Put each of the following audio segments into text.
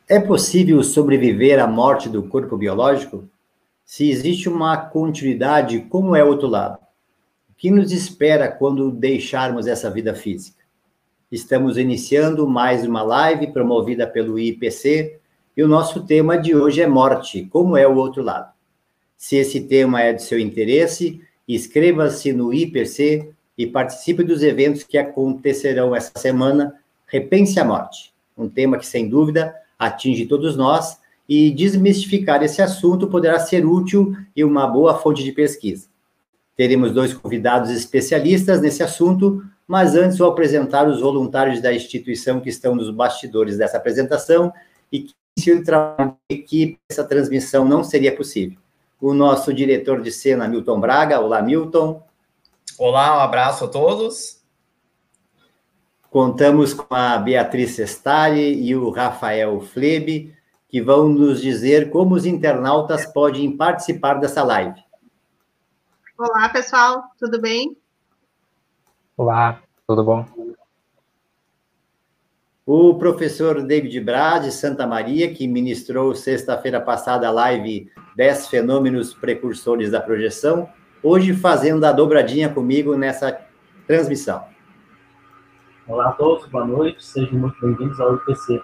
É possível sobreviver à morte do corpo biológico? Se existe uma continuidade, como é o outro lado? O que nos espera quando deixarmos essa vida física? Estamos iniciando mais uma live promovida pelo IPC e o nosso tema de hoje é morte, como é o outro lado? Se esse tema é de seu interesse, inscreva-se no IPC e participe dos eventos que acontecerão essa semana. Repense a morte, um tema que, sem dúvida, atinge todos nós, e desmistificar esse assunto poderá ser útil e uma boa fonte de pesquisa. Teremos 2 convidados especialistas nesse assunto, mas antes vou apresentar os voluntários da instituição que estão nos bastidores dessa apresentação e que, se o trabalho de equipe, essa transmissão não seria possível. O nosso diretor de cena, Milton Braga. Olá, Milton. Olá, um abraço a todos. Contamos com a Beatriz Sestari e o Rafael Flebe, que vão nos dizer como os internautas podem participar dessa live. Olá, pessoal, tudo bem? Olá, tudo bom? O professor David Braz, de Santa Maria, que ministrou sexta-feira passada a live 10 fenômenos precursores da projeção, hoje fazendo a dobradinha comigo nessa transmissão. Olá a todos, boa noite, sejam muito bem-vindos ao IPC.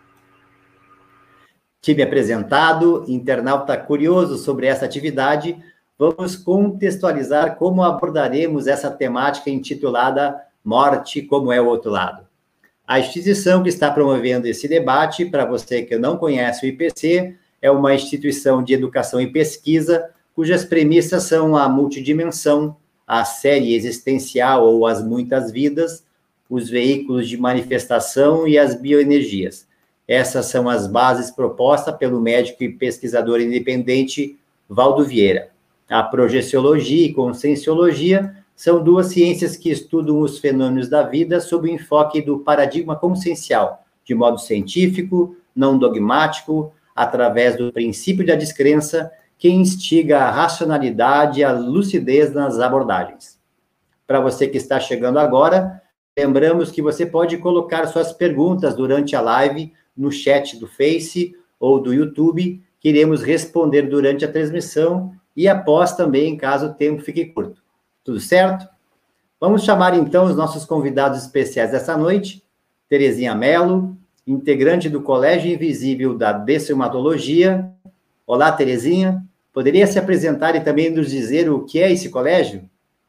Time apresentado, internauta curioso sobre essa atividade, vamos contextualizar como abordaremos essa temática intitulada Morte, como é o outro lado. A instituição que está promovendo esse debate, para você que não conhece o IPC, é uma instituição de educação e pesquisa, cujas premissas são a multidimensão, a série existencial ou as muitas vidas, os veículos de manifestação e as bioenergias. Essas são as bases propostas pelo médico e pesquisador independente Valdo Vieira. A projeciologia e conscienciologia são 2 ciências que estudam os fenômenos da vida sob o enfoque do paradigma consciencial, de modo científico, não dogmático, através do princípio da descrença, que instiga a racionalidade e a lucidez nas abordagens. Para você que está chegando agora, lembramos que você pode colocar suas perguntas durante a live no chat do Face ou do YouTube, que iremos responder durante a transmissão e após também, caso o tempo fique curto. Tudo certo? Vamos chamar então os nossos convidados especiais dessa noite. Terezinha Mello, integrante do Colégio Invisível da Dessomatologia. Olá, Terezinha. Poderia se apresentar e também nos dizer o que é esse colégio?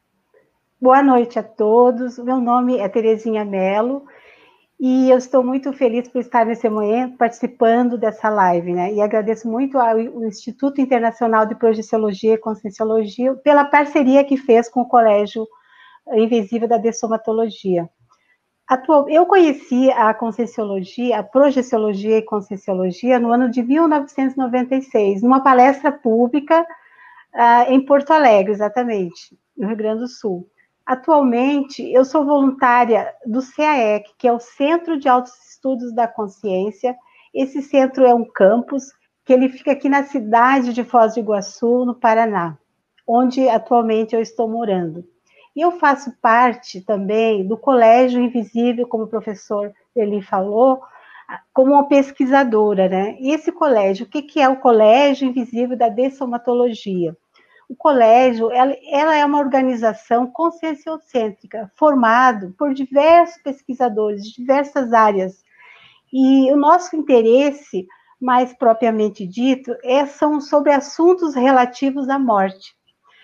Boa noite a todos. Meu nome é Terezinha Mello e eu estou muito feliz por estar nesse momento participando dessa live, né? E agradeço muito ao Instituto Internacional de Projeciologia e Conscienciologia pela parceria que fez com o Colégio Invisível da Dessomatologia. Eu conheci a Conscienciologia, a Projeciologia e Conscienciologia no ano de 1996, numa palestra pública em Porto Alegre, exatamente, no Rio Grande do Sul. Atualmente, eu sou voluntária do CAEC, que é o Centro de Altos Estudos da Consciência. Esse centro é um campus que ele fica aqui na cidade de Foz do Iguaçu, no Paraná, onde atualmente eu estou morando. E eu faço parte também do Colégio Invisível, como o professor Eli falou, como uma pesquisadora, né? E esse colégio, o que é o Colégio Invisível da Dessomatologia? O colégio, ela é uma organização conscienciocêntrica, formado por diversos pesquisadores de diversas áreas. E o nosso interesse, mais propriamente dito, são sobre assuntos relativos à morte.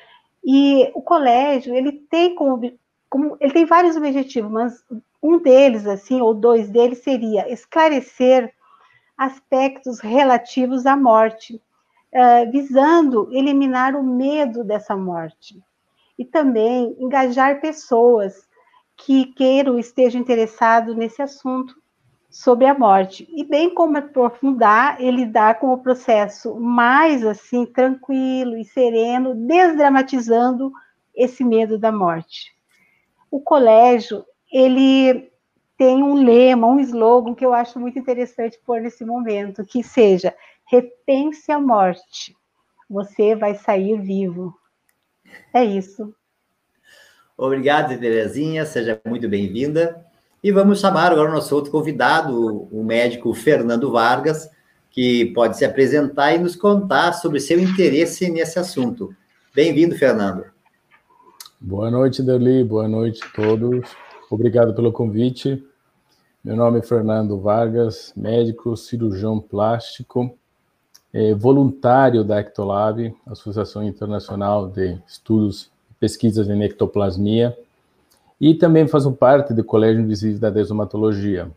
E o colégio, ele tem ele tem vários objetivos, mas um deles, assim, ou 2 deles, seria esclarecer aspectos relativos à morte, visando eliminar o medo dessa morte. E também engajar pessoas que queiram, estejam interessados nesse assunto sobre a morte. E bem como aprofundar e lidar com o processo mais, assim, tranquilo e sereno, desdramatizando esse medo da morte. O colégio, ele tem um lema, um slogan que eu acho muito interessante pôr nesse momento, que seja: repense a morte, você vai sair vivo. É isso. Obrigado, Terezinha, seja muito bem-vinda. E vamos chamar agora o nosso outro convidado, o médico Fernando Vargas, que pode se apresentar e nos contar sobre seu interesse nesse assunto. Bem-vindo, Fernando. Boa noite, Derli. Boa noite a todos. Obrigado pelo convite. Meu nome é Fernando Vargas, médico, cirurgião plástico, voluntário da Ectolab, Associação Internacional de Estudos e Pesquisas em Ectoplasmia, e também faço parte do Colégio Invisível da Desomatologia.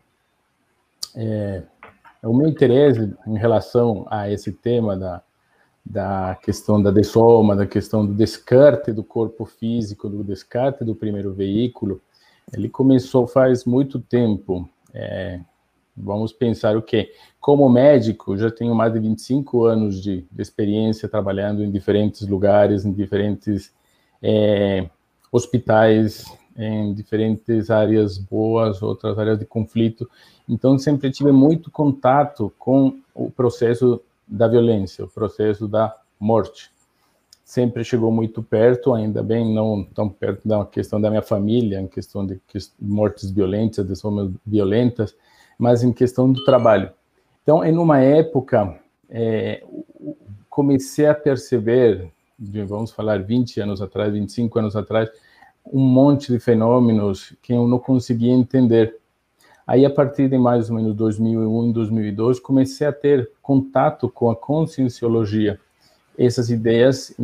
O meu interesse em relação a esse tema da questão da dessoma, da questão do descarte do corpo físico, do descarte do primeiro veículo, ele começou faz muito tempo. Vamos pensar o quê? Como médico, já tenho mais de 25 anos de experiência trabalhando em diferentes lugares, em diferentes hospitais, em diferentes áreas boas, outras áreas de conflito. Então, sempre tive muito contato com o processo da violência, o processo da morte. Sempre chegou muito perto, ainda bem, não tão perto da questão da minha família, em questão de mortes violentas, de formas violentas, mas em questão do trabalho. Então, em uma época, comecei a perceber, vamos falar 20 anos atrás, 25 anos atrás, um monte de fenômenos que eu não conseguia entender. Aí, a partir de mais ou menos 2001, 2002, comecei a ter contato com a conscienciologia. Essas ideias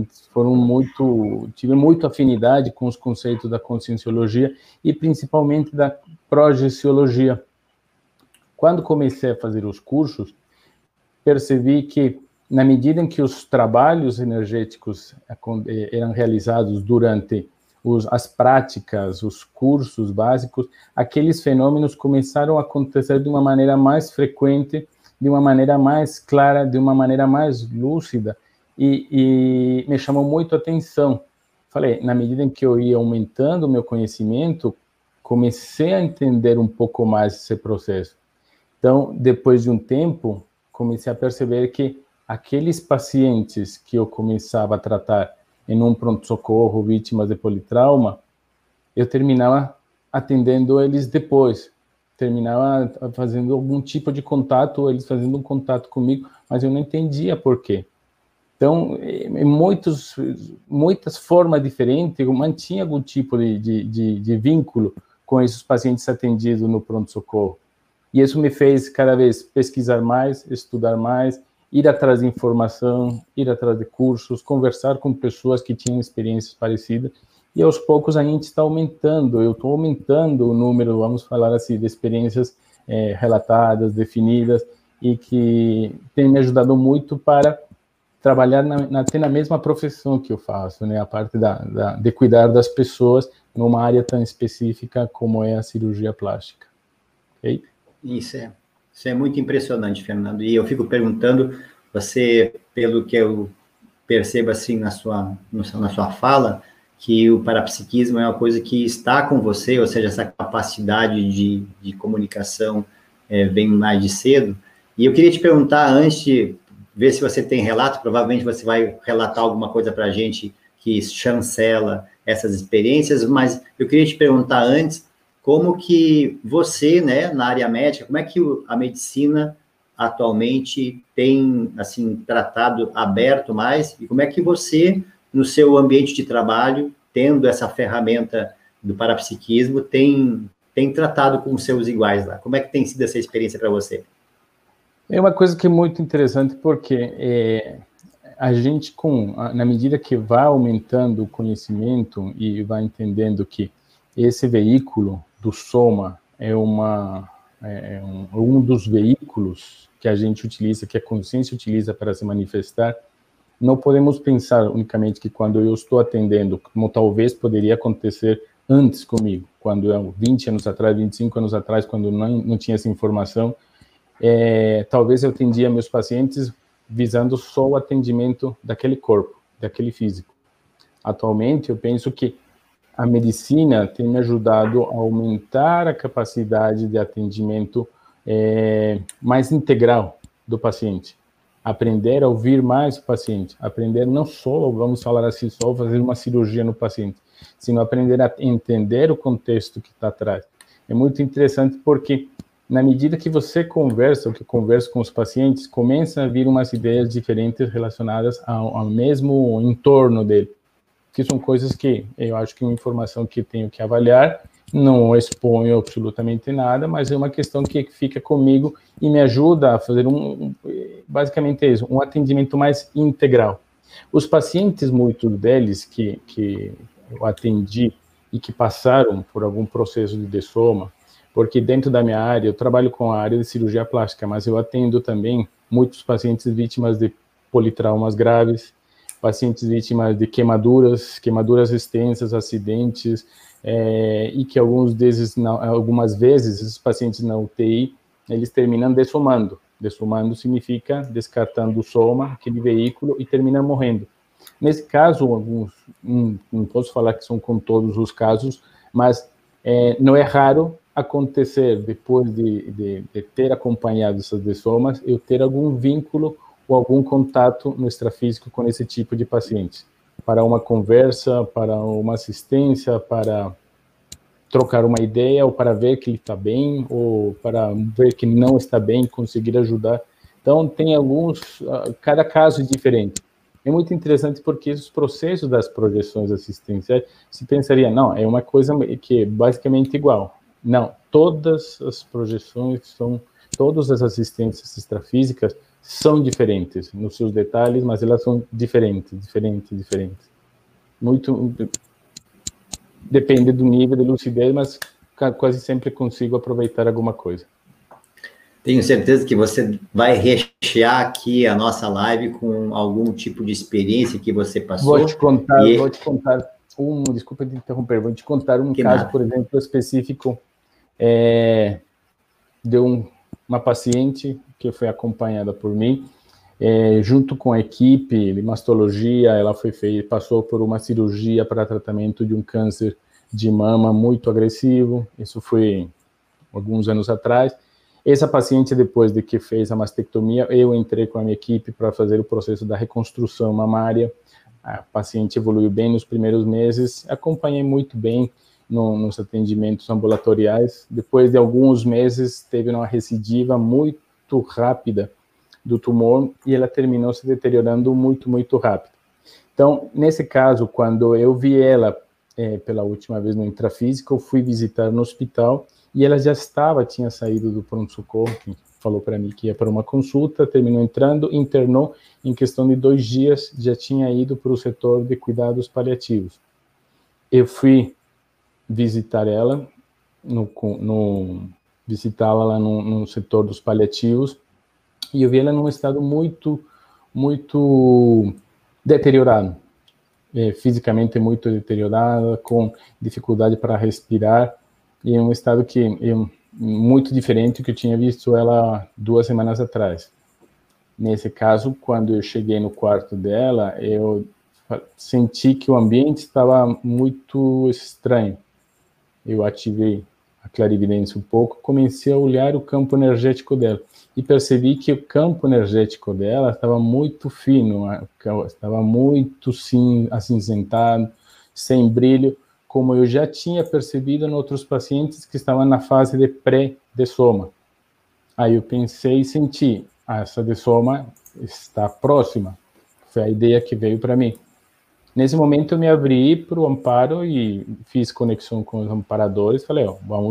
tive muito afinidade com os conceitos da conscienciologia e principalmente da projeciologia. Quando comecei a fazer os cursos, percebi que, na medida em que os trabalhos energéticos eram realizados durante as práticas, os cursos básicos, aqueles fenômenos começaram a acontecer de uma maneira mais frequente, de uma maneira mais clara, de uma maneira mais lúcida, e me chamou muito a atenção. Falei, na medida em que eu ia aumentando o meu conhecimento, comecei a entender um pouco mais esse processo. Então, depois de um tempo, comecei a perceber que aqueles pacientes que eu começava a tratar em um pronto-socorro, vítimas de politrauma, eu terminava atendendo eles depois, terminava fazendo algum tipo de contato, eles fazendo um contato comigo, mas eu não entendia por quê. Então, em muitas formas diferentes, eu mantinha algum tipo de vínculo com esses pacientes atendidos no pronto-socorro. E isso me fez cada vez pesquisar mais, estudar mais, ir atrás de informação, ir atrás de cursos, conversar com pessoas que tinham experiências parecidas, e aos poucos a gente está aumentando, eu estou aumentando o número, vamos falar assim, de experiências relatadas, definidas, e que tem me ajudado muito para trabalhar até na mesma profissão que eu faço, né? A parte de cuidar das pessoas numa área tão específica como é a cirurgia plástica. Okay? Isso é muito impressionante, Fernando. E eu fico perguntando, você, pelo que eu percebo assim na sua fala, que o parapsiquismo é uma coisa que está com você, ou seja, essa capacidade de comunicação vem mais de cedo. E eu queria te perguntar, antes de ver se você tem relato, provavelmente você vai relatar alguma coisa para a gente que chancela essas experiências, mas eu queria te perguntar antes, como que você, né, na área médica, como é que a medicina atualmente tem, assim, tratado aberto mais, e como é que você, no seu ambiente de trabalho, tendo essa ferramenta do parapsiquismo, tem tratado com os seus iguais lá? Como é que tem sido essa experiência para você? É uma coisa que é muito interessante, porque a gente, na medida que vai aumentando o conhecimento e vai entendendo que esse veículo do soma é um dos veículos que a gente utiliza, que a consciência utiliza para se manifestar, não podemos pensar unicamente que quando eu estou atendendo, como talvez poderia acontecer antes comigo, quando eu, 20 anos atrás, 25 anos atrás, quando não tinha essa informação, talvez eu atendia meus pacientes visando só o atendimento daquele corpo, daquele físico. Atualmente, eu penso que a medicina tem me ajudado a aumentar a capacidade de atendimento mais integral do paciente. Aprender a ouvir mais o paciente. Aprender não só, vamos falar assim, só fazer uma cirurgia no paciente, sino aprender a entender o contexto que está atrás. É muito interessante porque na medida que você conversa, ou que conversa com os pacientes, começam a vir umas ideias diferentes relacionadas ao mesmo entorno dele, que são coisas que eu acho que é uma informação que tenho que avaliar, não exponho absolutamente nada, mas é uma questão que fica comigo e me ajuda a fazer basicamente isso, um atendimento mais integral. Os pacientes, muitos deles que eu atendi e que passaram por algum processo de dessoma, porque dentro da minha área, eu trabalho com a área de cirurgia plástica, mas eu atendo também muitos pacientes vítimas de politraumas graves, pacientes vítimas de queimaduras extensas, acidentes, e que algumas vezes, esses pacientes na UTI, eles terminam dessomando. Dessomando significa descartando o soma, aquele veículo, e terminam morrendo. Nesse caso, não posso falar que são com todos os casos, mas não é raro acontecer, depois de ter acompanhado essas dessomas, eu ter algum vínculo ou algum contato no extrafísico com esse tipo de paciente, para uma conversa, para uma assistência, para trocar uma ideia, ou para ver que ele está bem, ou para ver que não está bem, conseguir ajudar. Então, tem cada caso é diferente. É muito interessante porque os processos das projeções assistenciais, se pensaria, não, é uma coisa que é basicamente igual. Não, todas as projeções todas as assistências extrafísicas são diferentes nos seus detalhes, mas elas são diferentes. Muito depende do nível de lucidez, mas quase sempre consigo aproveitar alguma coisa. Tenho certeza que você vai rechear aqui a nossa live com algum tipo de experiência que você passou. Vou te contar desculpa te interromper, vou te contar um caso, por exemplo, específico de uma paciente que foi acompanhada por mim, junto com a equipe de mastologia. Ela passou por uma cirurgia para tratamento de um câncer de mama muito agressivo, isso foi alguns anos atrás. Essa paciente, depois de que fez a mastectomia, eu entrei com a minha equipe para fazer o processo da reconstrução mamária. A paciente evoluiu bem nos primeiros meses, acompanhei muito bem nos atendimentos ambulatoriais. Depois de alguns meses, teve uma recidiva muito rápida do tumor e ela terminou se deteriorando muito, muito rápido. Então, nesse caso, quando eu vi ela pela última vez no intrafísico, eu fui visitar no hospital e ela já tinha saído do pronto-socorro, que falou para mim que ia para uma consulta, terminou entrando, internou, em questão de 2 dias, já tinha ido para o setor de cuidados paliativos. Eu fui visitar ela, visitá-la lá no setor dos paliativos, e eu vi ela num estado muito, muito deteriorado, fisicamente muito deteriorada, com dificuldade para respirar, e é um estado muito diferente do que eu tinha visto ela 2 semanas atrás. Nesse caso, quando eu cheguei no quarto dela, eu senti que o ambiente estava muito estranho. Eu ativei a clarividência um pouco, comecei a olhar o campo energético dela e percebi que o campo energético dela estava muito fino, estava muito acinzentado, sem brilho, como eu já tinha percebido em outros pacientes que estavam na fase de pré-dessoma. Aí eu pensei e senti, essa dessoma está próxima. Foi a ideia que veio para mim. Nesse momento eu me abri para o amparo e fiz conexão com os amparadores. Falei,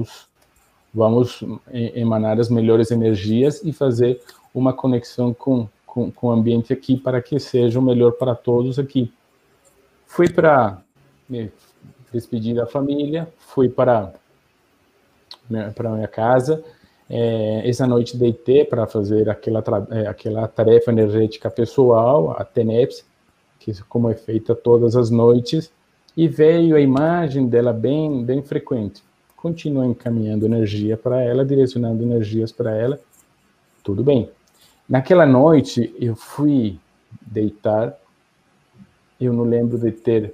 vamos emanar as melhores energias e fazer uma conexão com o ambiente aqui para que seja o melhor para todos aqui. Fui para me despedir da família, fui para minha casa. Essa noite deitei para fazer aquela tarefa energética pessoal, a TENEPS, que como é feita todas as noites, e veio a imagem dela bem, bem frequente. Continuo encaminhando energia para ela, direcionando energias para ela, tudo bem. Naquela noite, eu fui deitar, eu não lembro de ter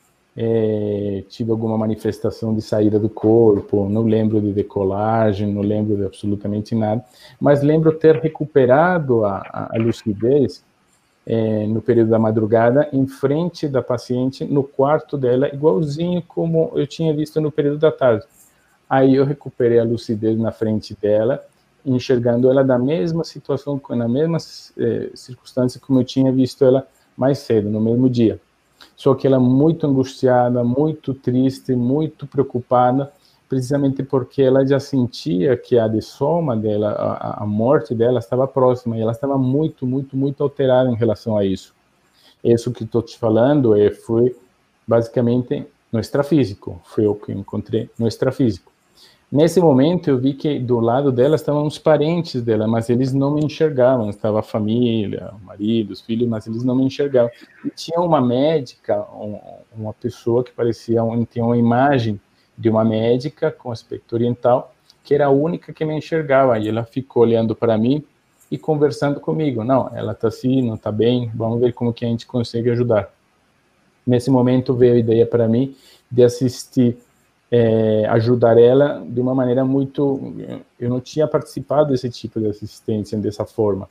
tive alguma manifestação de saída do corpo, não lembro de decolagem, não lembro de absolutamente nada, mas lembro ter recuperado a lucidez no período da madrugada, em frente da paciente, no quarto dela, igualzinho como eu tinha visto no período da tarde. Aí eu recuperei a lucidez na frente dela, enxergando ela da mesma situação, na mesma circunstância como eu tinha visto ela mais cedo, no mesmo dia. Só que ela muito angustiada, muito triste, muito preocupada, precisamente porque ela já sentia que a dessoma dela, a morte dela estava próxima, e ela estava muito, muito, muito alterada em relação a isso. Isso que estou te falando foi basicamente no extrafísico, foi o que eu encontrei no extrafísico. Nesse momento eu vi que do lado dela estavam os parentes dela, mas eles não me enxergavam, estava a família, o marido, os filhos, mas eles não me enxergavam. E tinha uma médica, uma pessoa que parecia, tinha uma imagem de uma médica com aspecto oriental, que era a única que me enxergava, e ela ficou olhando para mim e conversando comigo. Não, ela está assim, não está bem, vamos ver como que a gente consegue ajudar. Nesse momento veio a ideia para mim de assistir, ajudar ela de uma maneira muito... Eu não tinha participado desse tipo de assistência, dessa forma.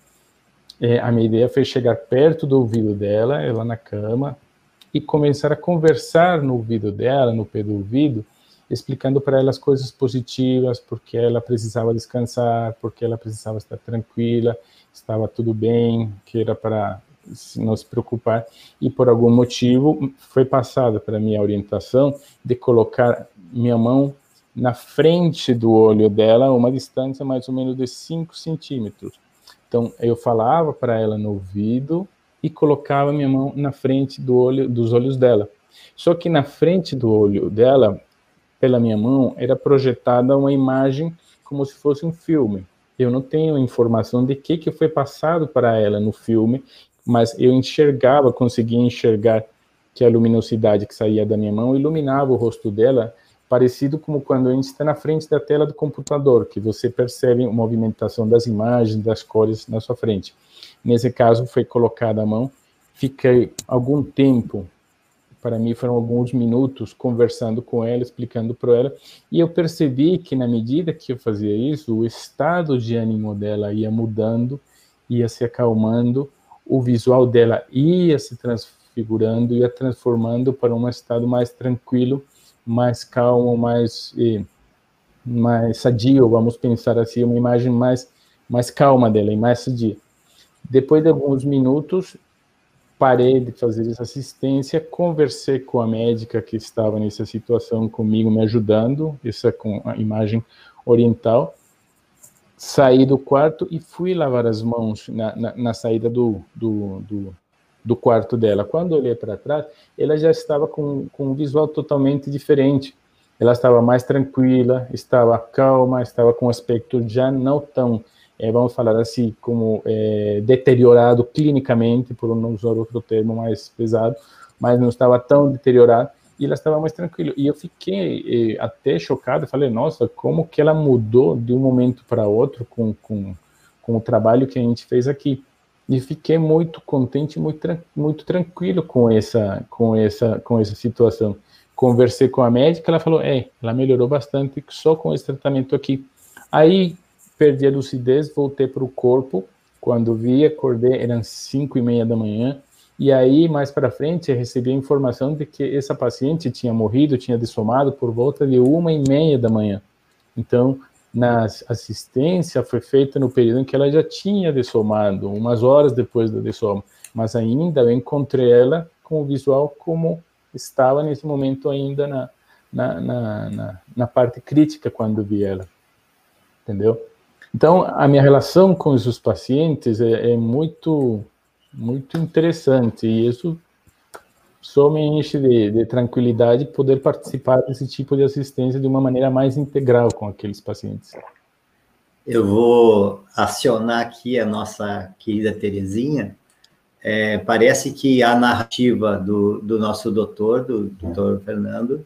A minha ideia foi chegar perto do ouvido dela, ela na cama, e começar a conversar no ouvido dela, no pé do ouvido, explicando para ela as coisas positivas, porque ela precisava descansar, porque ela precisava estar tranquila, estava tudo bem, que era para não se preocupar, e por algum motivo foi passada para mim a orientação de colocar minha mão na frente do olho dela, uma distância mais ou menos de 5 centímetros. Então, eu falava para ela no ouvido e colocava minha mão na frente dos olhos dela. Só que na frente do olho dela, pela minha mão, era projetada uma imagem como se fosse um filme. Eu não tenho informação de que foi passado para ela no filme, mas eu enxergava, conseguia enxergar que a luminosidade que saía da minha mão iluminava o rosto dela, parecido como quando a gente está na frente da tela do computador, que você percebe a movimentação das imagens, das cores na sua frente. Nesse caso, foi colocada a mão, fiquei algum tempo, para mim foram alguns minutos, conversando com ela, explicando para ela, e eu percebi que na medida que eu fazia isso, o estado de ânimo dela ia mudando, ia se acalmando, o visual dela ia se transfigurando, ia transformando para um estado mais tranquilo, mais calmo, mais sadio, vamos pensar assim, uma imagem mais calma dela e mais sadia. Depois de alguns minutos, parei de fazer essa assistência, conversei com a médica que estava nessa situação comigo, me ajudando, essa com a imagem oriental, saí do quarto e fui lavar as mãos na saída do quarto dela. Quando olhei para trás, ela já estava com um visual totalmente diferente. Ela estava mais tranquila, estava calma, estava com um aspecto já não tão, vamos falar assim, como deteriorado clinicamente, por não usar outro termo mais pesado, mas não estava tão deteriorado, e ela estava mais tranquila. E eu fiquei até chocado, falei, nossa, como que ela mudou de um momento para outro com o trabalho que a gente fez aqui. E fiquei muito contente, muito tranquilo com essa situação. Conversei com a médica, ela falou, ela melhorou bastante só com esse tratamento aqui. Aí, perdi a lucidez, voltei para o corpo, quando vi, acordei, eram 5:30 da manhã, e aí, mais para frente, eu recebi a informação de que essa paciente tinha morrido, tinha dessomado por volta de 1:30 da manhã. Então, na assistência foi feita no período em que ela já tinha dessomado, umas horas depois da dessoma, mas ainda eu encontrei ela com o visual como estava nesse momento ainda na parte crítica quando vi ela, entendeu? Então, a minha relação com os pacientes é muito, muito interessante, e isso só me enche de tranquilidade poder participar desse tipo de assistência de uma maneira mais integral com aqueles pacientes. Eu vou acionar aqui a nossa querida Terezinha. Parece que a narrativa do nosso doutor, do doutor Fernando,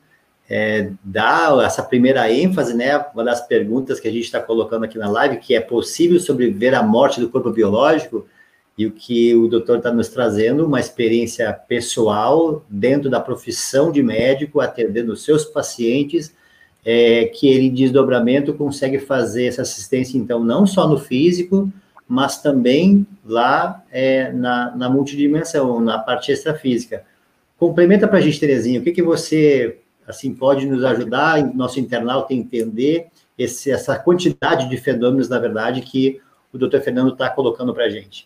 dá essa primeira ênfase, né? Uma das perguntas que a gente está colocando aqui na live, que é possível sobreviver à morte do corpo biológico, e o que o doutor está nos trazendo, uma experiência pessoal dentro da profissão de médico, atendendo os seus pacientes, que ele, em desdobramento, consegue fazer essa assistência, então, não só no físico, mas também lá na multidimensão, na parte extrafísica. Complementa para a gente, Terezinha, o que você assim, pode nos ajudar, nosso internauta, a entender essa quantidade de fenômenos, na verdade, que o doutor Fernando está colocando para a gente.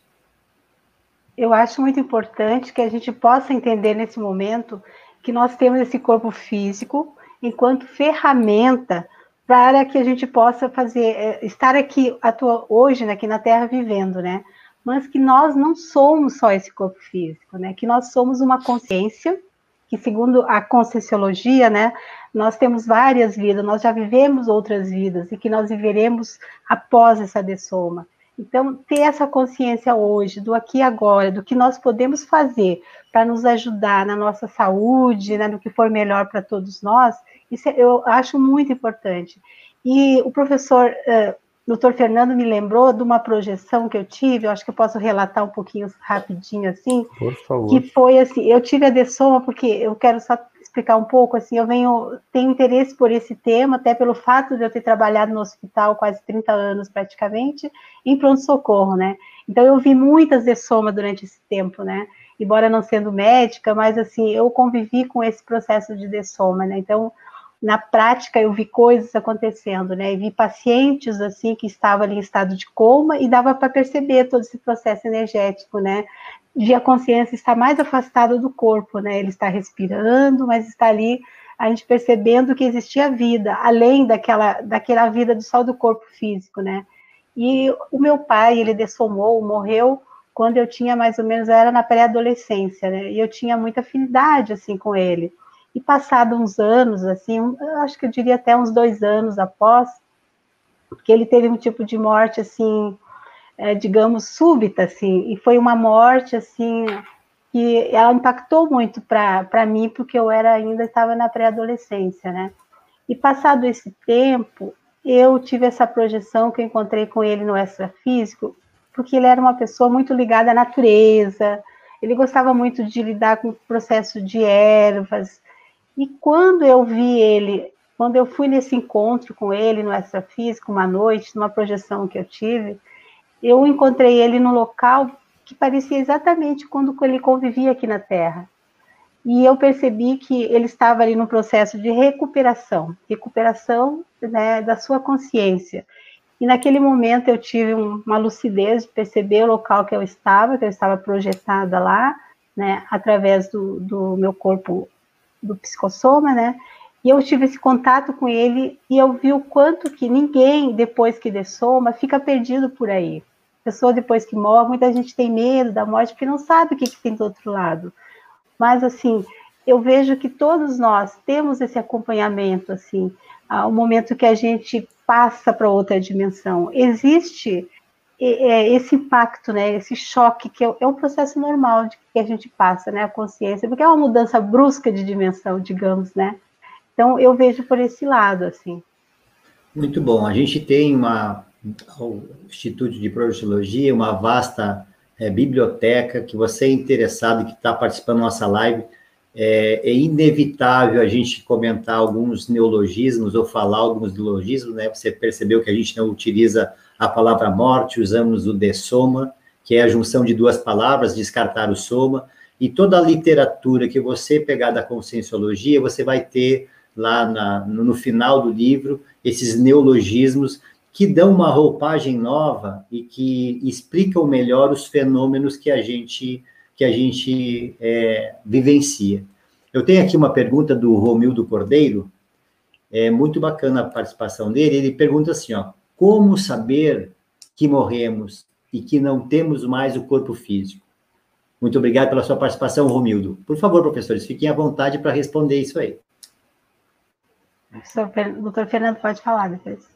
Eu acho muito importante que a gente possa entender nesse momento que nós temos esse corpo físico enquanto ferramenta para que a gente possa estar aqui hoje, né, aqui na Terra vivendo, né? Mas que nós não somos só esse corpo físico, né? Que nós somos uma consciência, que segundo a Conscienciologia, né, nós temos várias vidas, nós já vivemos outras vidas e que nós viveremos após essa dessoma. Então, ter essa consciência hoje, do aqui e agora, do que nós podemos fazer para nos ajudar na nossa saúde, né, no que for melhor para todos nós, isso eu acho muito importante. E o professor Dr. Fernando me lembrou de uma projeção que eu tive, eu acho que eu posso relatar um pouquinho rapidinho, assim. Por favor. Que foi assim, eu tive a dessoma, porque eu quero só explicar um pouco, assim, tenho interesse por esse tema, até pelo fato de eu ter trabalhado no hospital quase 30 anos, praticamente, em pronto-socorro, né? Então, eu vi muitas dessomas durante esse tempo, né? Embora não sendo médica, mas, assim, eu convivi com esse processo de dessoma, né? Então, na prática, eu vi coisas acontecendo, né? E vi pacientes, assim, que estavam ali em estado de coma e dava para perceber todo esse processo energético, né? De a consciência estar mais afastada do corpo, né? Ele está respirando, mas está ali, a gente percebendo que existia vida, além daquela vida só do corpo físico, né? E o meu pai, ele dessomou, morreu quando eu tinha mais ou menos, eu era na pré-adolescência, né? E eu tinha muita afinidade, assim, com ele. E passado uns anos, assim, acho que eu diria até uns 2 anos após, que ele teve um tipo de morte, assim, digamos, súbita, assim, e foi uma morte, assim, que ela impactou muito para mim, porque eu ainda estava na pré-adolescência, né? E passado esse tempo, eu tive essa projeção que eu encontrei com ele no extrafísico, porque ele era uma pessoa muito ligada à natureza, ele gostava muito de lidar com o processo de ervas, e quando eu fui nesse encontro com ele no extrafísico, uma noite, numa projeção que eu tive, eu encontrei ele num local que parecia exatamente quando ele convivia aqui na Terra. E eu percebi que ele estava ali no processo de recuperação, né, da sua consciência. E naquele momento eu tive uma lucidez de perceber o local que eu estava projetada lá, né, através do meu corpo, do psicossoma, né, e eu tive esse contato com ele e eu vi o quanto que ninguém, depois que dessoma, fica perdido por aí. A pessoa, depois que morre, muita gente tem medo da morte porque não sabe o que tem do outro lado. Mas, assim, eu vejo que todos nós temos esse acompanhamento, assim, ao momento que a gente passa para outra dimensão. Existe esse impacto, né, esse choque, que é um processo normal que a gente passa, né, a consciência, porque é uma mudança brusca de dimensão, digamos, né? Então, eu vejo por esse lado, assim. Muito bom. A gente tem o Instituto de Projeciologia, uma vasta biblioteca, que você é interessado e que está participando da nossa live, é inevitável a gente comentar alguns neologismos ou falar alguns neologismos, né? Você percebeu que a gente não utiliza a palavra morte, usamos o dessoma, que é a junção de 2 palavras, descartar o soma, e toda a literatura que você pegar da Conscienciologia, você vai ter lá no final do livro esses neologismos que dão uma roupagem nova e que explicam melhor os fenômenos que a gente vivencia. Eu tenho aqui uma pergunta do Romildo Cordeiro, é muito bacana a participação dele, ele pergunta assim, ó, como saber que morremos e que não temos mais o corpo físico? Muito obrigado pela sua participação, Romildo. Por favor, professores, fiquem à vontade para responder isso aí. Doutor Fernando, pode falar depois.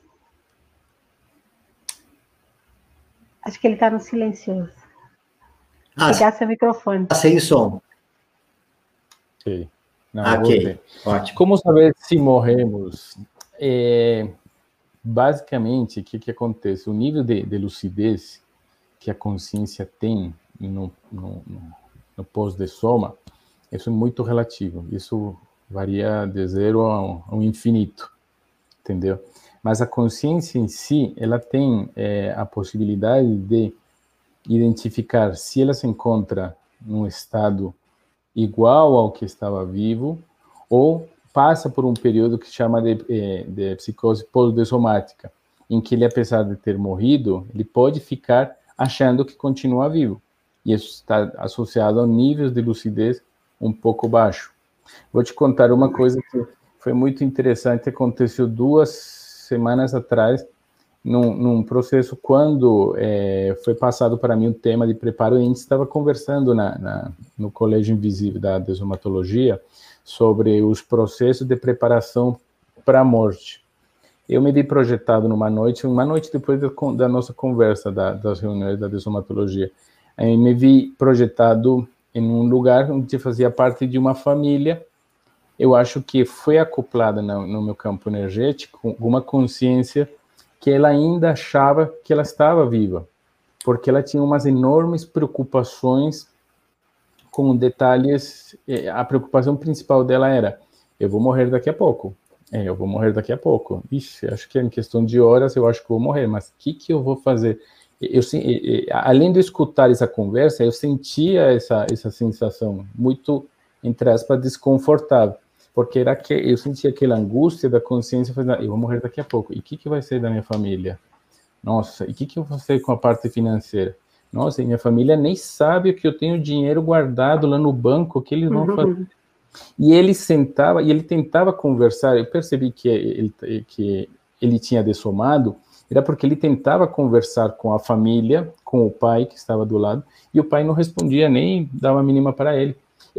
Acho que ele está no silencioso. Ligar seu microfone. Está sem som. Ok. Não, ok, ótimo. Como saber se morremos? Basicamente, o que acontece? O nível de lucidez que a consciência tem no pós-dessoma, isso é muito relativo. Isso varia de 0 ao infinito, entendeu? Mas a consciência em si, ela tem a possibilidade de identificar se ela se encontra num estado igual ao que estava vivo ou passa por um período que chama de psicose polidessomática, em que ele, apesar de ter morrido, ele pode ficar achando que continua vivo. E isso está associado a níveis de lucidez um pouco baixo. Vou te contar uma coisa que foi muito interessante, aconteceu 2 semanas atrás, num processo, quando foi passado para mim o tema de preparo, a gente estava conversando no Colégio Invisível da Desomatologia sobre os processos de preparação para a morte. Eu me vi projetado uma noite depois da nossa conversa das reuniões da Desomatologia, aí me vi projetado em um lugar onde fazia parte de uma família. Eu acho que foi acoplada no meu campo energético uma consciência que ela ainda achava que ela estava viva, porque ela tinha umas enormes preocupações com detalhes. A preocupação principal dela era: eu vou morrer daqui a pouco. Eu vou morrer daqui a pouco. Ixi, acho que é em questão de horas, eu acho que vou morrer, mas o que eu vou fazer? Além de escutar essa conversa, eu sentia essa sensação muito, entre aspas, desconfortável, porque eu sentia aquela angústia da consciência, eu vou morrer daqui a pouco, e o que vai ser da minha família? Nossa, e o que eu vou fazer com a parte financeira? Nossa, e minha família nem sabe que eu tenho dinheiro guardado lá no banco, o que eles vão fazer? E ele sentava, e ele tentava conversar, eu percebi que ele tinha dessomado, era porque ele tentava conversar com a família, com o pai que estava do lado, e o pai não respondia, nem dava a mínima para ele.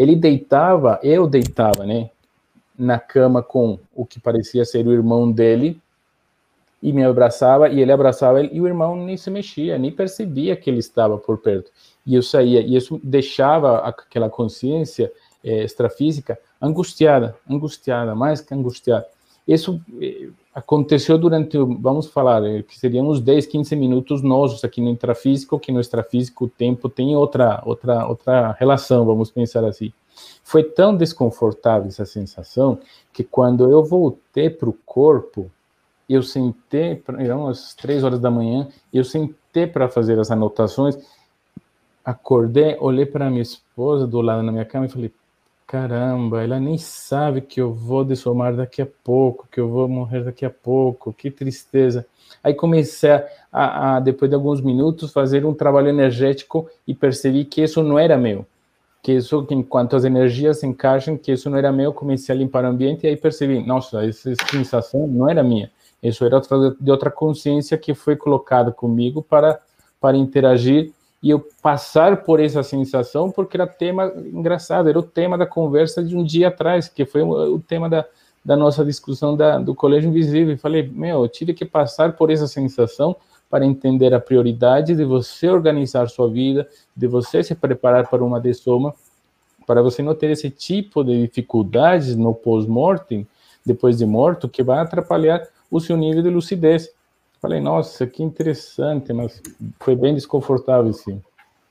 Eu deitava, né, na cama com o que parecia ser o irmão dele, e me abraçava, e ele abraçava ele, e o irmão nem se mexia, nem percebia que ele estava por perto. E eu saía, e isso deixava aquela consciência extrafísica angustiada, mais que angustiada. Isso aconteceu durante, vamos falar, que seriam uns 10, 15 minutos nossos aqui no intrafísico, que no extrafísico o tempo tem outra relação, vamos pensar assim. Foi tão desconfortável essa sensação, que quando eu voltei para o corpo, eu sentei, eram as 3 horas da manhã, eu sentei para fazer as anotações, acordei, olhei para minha esposa do lado na minha cama e falei: caramba, ela nem sabe que eu vou dessomar daqui a pouco, que eu vou morrer daqui a pouco, que tristeza. Aí comecei depois de alguns minutos, fazer um trabalho energético e percebi que isso não era meu, que isso, enquanto as energias se encaixam, que isso não era meu. Comecei a limpar o ambiente e aí percebi: nossa, essa sensação não era minha, isso era de outra consciência que foi colocada comigo para interagir, e eu passar por essa sensação, porque era tema engraçado, era o tema da conversa de um dia atrás, que foi o tema da nossa discussão do Colégio Invisível. E falei: eu tive que passar por essa sensação para entender a prioridade de você organizar sua vida, de você se preparar para uma dessoma, para você não ter esse tipo de dificuldades no pós-mortem, depois de morto, que vai atrapalhar o seu nível de lucidez. Falei: nossa, que interessante, mas foi bem desconfortável, sim.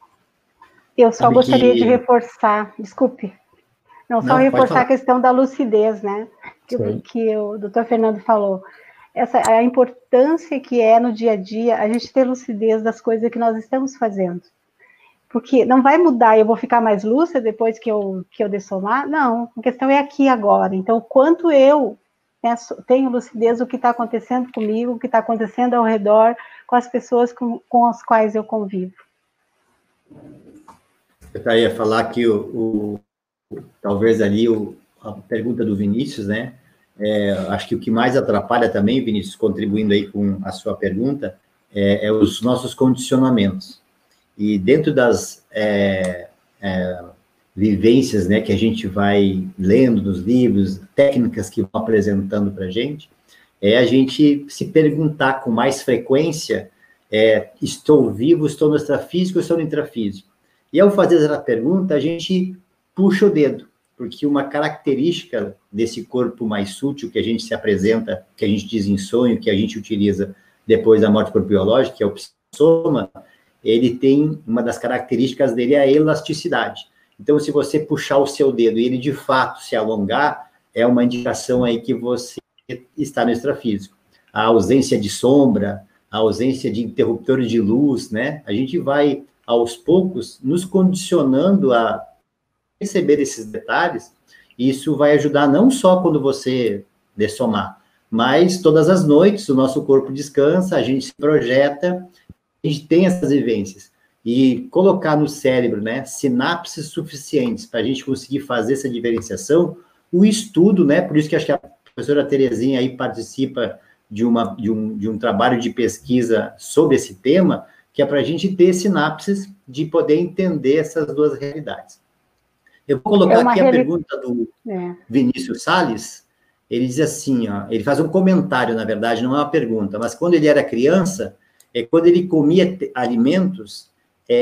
Eu só gostaria de reforçar, desculpe, reforçar a questão da lucidez, né, que o doutor Fernando falou. A importância que é no dia a dia a gente ter lucidez das coisas que nós estamos fazendo. Porque não vai mudar, eu vou ficar mais lúcida depois que eu dessomar? Não, a questão é aqui agora. Então, o quanto eu tenho lucidez do que está acontecendo comigo, o que está acontecendo ao redor, com as pessoas com as quais eu convivo. Eu ia falar que talvez ali a pergunta do Vinícius, né? Acho que o que mais atrapalha também, Vinícius, contribuindo aí com a sua pergunta, é os nossos condicionamentos. E dentro das vivências, né, que a gente vai lendo nos livros, técnicas que vão apresentando para a gente se perguntar com mais frequência: estou vivo, estou no extrafísico, estou no intrafísico? E ao fazer essa pergunta, a gente puxa o dedo, porque uma característica desse corpo mais sutil que a gente se apresenta, que a gente diz em sonho, que a gente utiliza depois da morte corpobiológica, que é o psoma, ele tem, uma das características dele é a elasticidade. Então, se você puxar o seu dedo e ele, de fato, se alongar, é uma indicação aí que você está no extrafísico. A ausência de sombra, a ausência de interruptores de luz, né? A gente vai, aos poucos, nos condicionando a perceber esses detalhes Isso vai ajudar não só quando você dessomar, mas todas as noites o nosso corpo descansa, a gente se projeta, a gente tem essas vivências. E colocar no cérebro, né, sinapses suficientes para a gente conseguir fazer essa diferenciação, o estudo, né, por isso que acho que a professora Terezinha aí participa de um trabalho de pesquisa sobre esse tema, que é para a gente ter sinapses de poder entender essas duas realidades. Eu vou colocar aqui a pergunta do Vinícius Salles. Ele diz assim, ó, ele faz um comentário, na verdade, não é uma pergunta, mas quando ele era criança, quando ele comia alimentos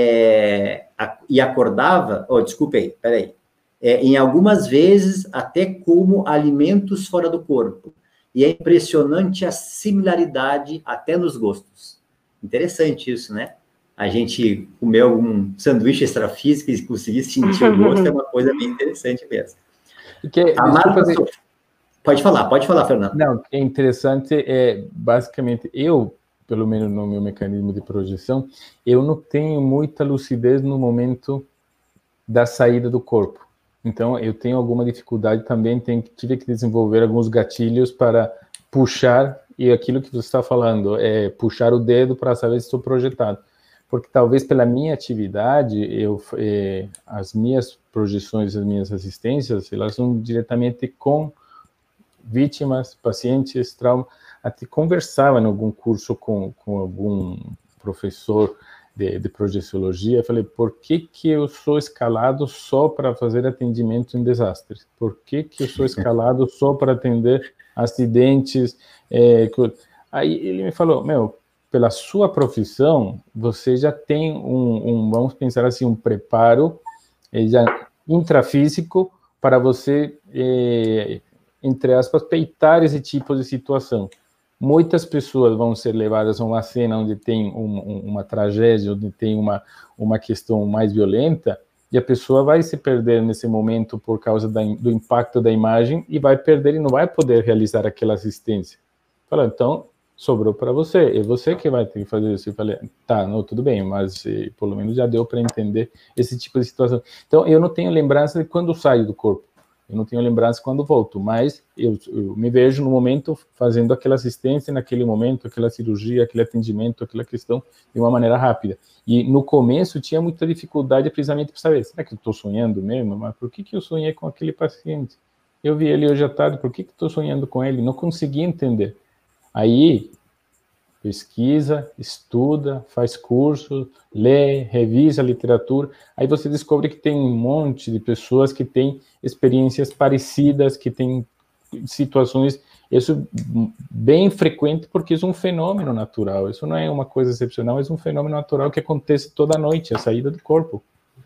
e acordava, em algumas vezes até como alimentos fora do corpo. E é impressionante a similaridade até nos gostos. Interessante isso, né? A gente comeu um sanduíche extrafísico e conseguir sentir o gosto é uma coisa bem interessante mesmo. Pode falar, Fernando. Não, é interessante, basicamente, pelo menos no meu mecanismo de projeção, eu não tenho muita lucidez no momento da saída do corpo. Então, eu tenho alguma dificuldade também, tive que desenvolver alguns gatilhos para puxar, e aquilo que você está falando, puxar o dedo para saber se estou projetado. Porque talvez pela minha atividade, as minhas projeções, as minhas assistências, elas são diretamente com vítimas, pacientes, trauma. Até conversava em algum curso com algum professor de projeciologia, falei, por que eu sou escalado só para fazer atendimento em desastres? Por que eu sou escalado só para atender acidentes? Aí ele me falou, pela sua profissão, você já tem vamos pensar assim, um preparo já intrafísico para você, entre aspas, peitar esse tipo de situação. Muitas pessoas vão ser levadas a uma cena onde tem uma tragédia, onde tem uma questão mais violenta, e a pessoa vai se perder nesse momento por causa do impacto da imagem e vai perder e não vai poder realizar aquela assistência. Fala, então, sobrou para você, é você que vai ter que fazer isso. Eu falei, tudo bem, mas pelo menos já deu para entender esse tipo de situação. Então, eu não tenho lembrança de quando saio do corpo. Eu não tenho lembrança quando volto, mas eu me vejo no momento fazendo aquela assistência, naquele momento, aquela cirurgia, aquele atendimento, aquela questão, de uma maneira rápida. E no começo tinha muita dificuldade precisamente para saber, será que eu estou sonhando mesmo? Mas por que eu sonhei com aquele paciente? Eu vi ele hoje à tarde, por que estou sonhando com ele? Não conseguia entender. Aí, pesquisa, estuda, faz curso, lê, revisa a literatura, aí você descobre que tem um monte de pessoas que têm experiências parecidas, que têm situações, isso bem frequente, porque isso é um fenômeno natural, isso não é uma coisa excepcional, é um fenômeno natural que acontece toda noite, a saída do corpo.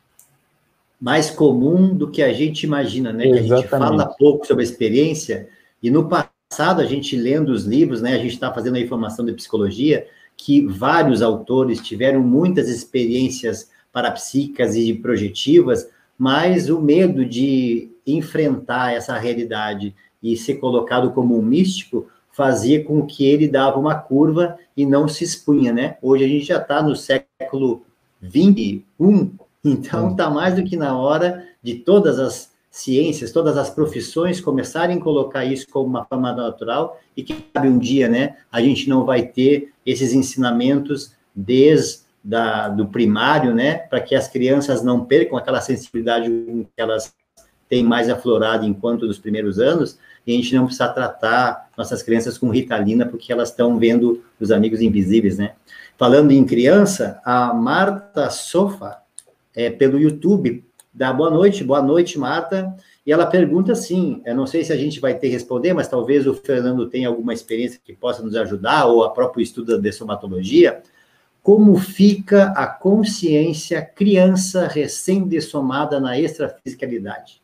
Mais comum do que a gente imagina, né? Exatamente. Que a gente fala pouco sobre a experiência, e no passado, a gente lendo os livros, né, a gente está fazendo a informação de psicologia, que vários autores tiveram muitas experiências parapsíquicas e projetivas, mas o medo de enfrentar essa realidade e ser colocado como um místico fazia com que ele dava uma curva e não se expunha, né? Hoje a gente já está no século XXI, então está mais do que na hora de todas as ciências, todas as profissões começarem a colocar isso como uma forma natural e que cabe um dia, né, a gente não vai ter esses ensinamentos desde do primário, né, para que as crianças não percam aquela sensibilidade que elas têm mais aflorada enquanto dos primeiros anos, e a gente não precisa tratar nossas crianças com Ritalina porque elas estão vendo os amigos invisíveis, né. Falando em criança, a Marta Sofa, pelo YouTube, dá boa noite, Marta, e ela pergunta assim, eu não sei se a gente vai ter que responder, mas talvez o Fernando tenha alguma experiência que possa nos ajudar, ou a próprio estudo da dessomatologia, como fica a consciência criança recém-dessomada na extrafisicalidade?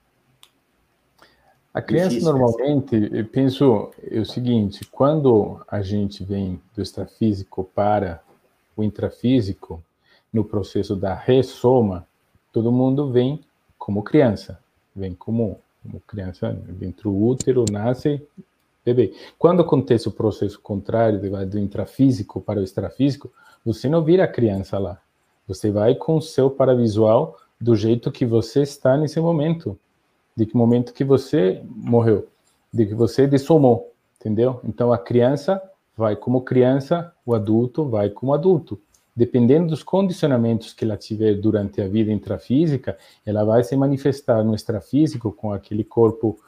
A criança, normalmente, eu penso o seguinte, quando a gente vem do extrafísico para o intrafísico, no processo da ressoma, todo mundo vem como criança, vem como criança dentro do útero, nasce bebê. Quando acontece o processo contrário, do intrafísico para o extrafísico, você não vira criança lá. Você vai com o seu paravisual do jeito que você está nesse momento. de que momento que você morreu, de que você dessomou, entendeu? Então a criança vai como criança, o adulto vai como adulto. Dependendo dos condicionamentos que ela tiver durante a vida intrafísica, ela vai se manifestar no extrafísico com aquele corpo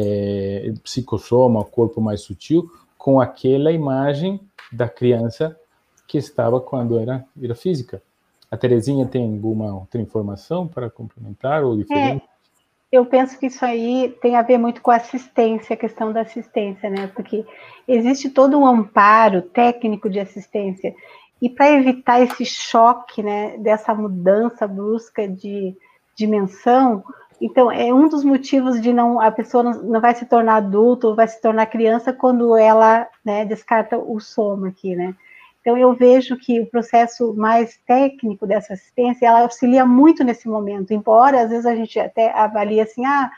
psicossoma, o corpo mais sutil, com aquela imagem da criança que estava quando era física. A Terezinha tem alguma outra informação para complementar ou diferente? Eu penso que isso aí tem a ver muito com a assistência, a questão da assistência, né? Porque existe todo um amparo técnico de assistência. E para evitar esse choque, né, dessa mudança brusca de dimensão, então é um dos motivos de a pessoa não vai se tornar adulto ou vai se tornar criança quando ela, né, descarta o soma aqui, né? Então eu vejo que o processo mais técnico dessa assistência, ela auxilia muito nesse momento, embora às vezes a gente até avalie assim,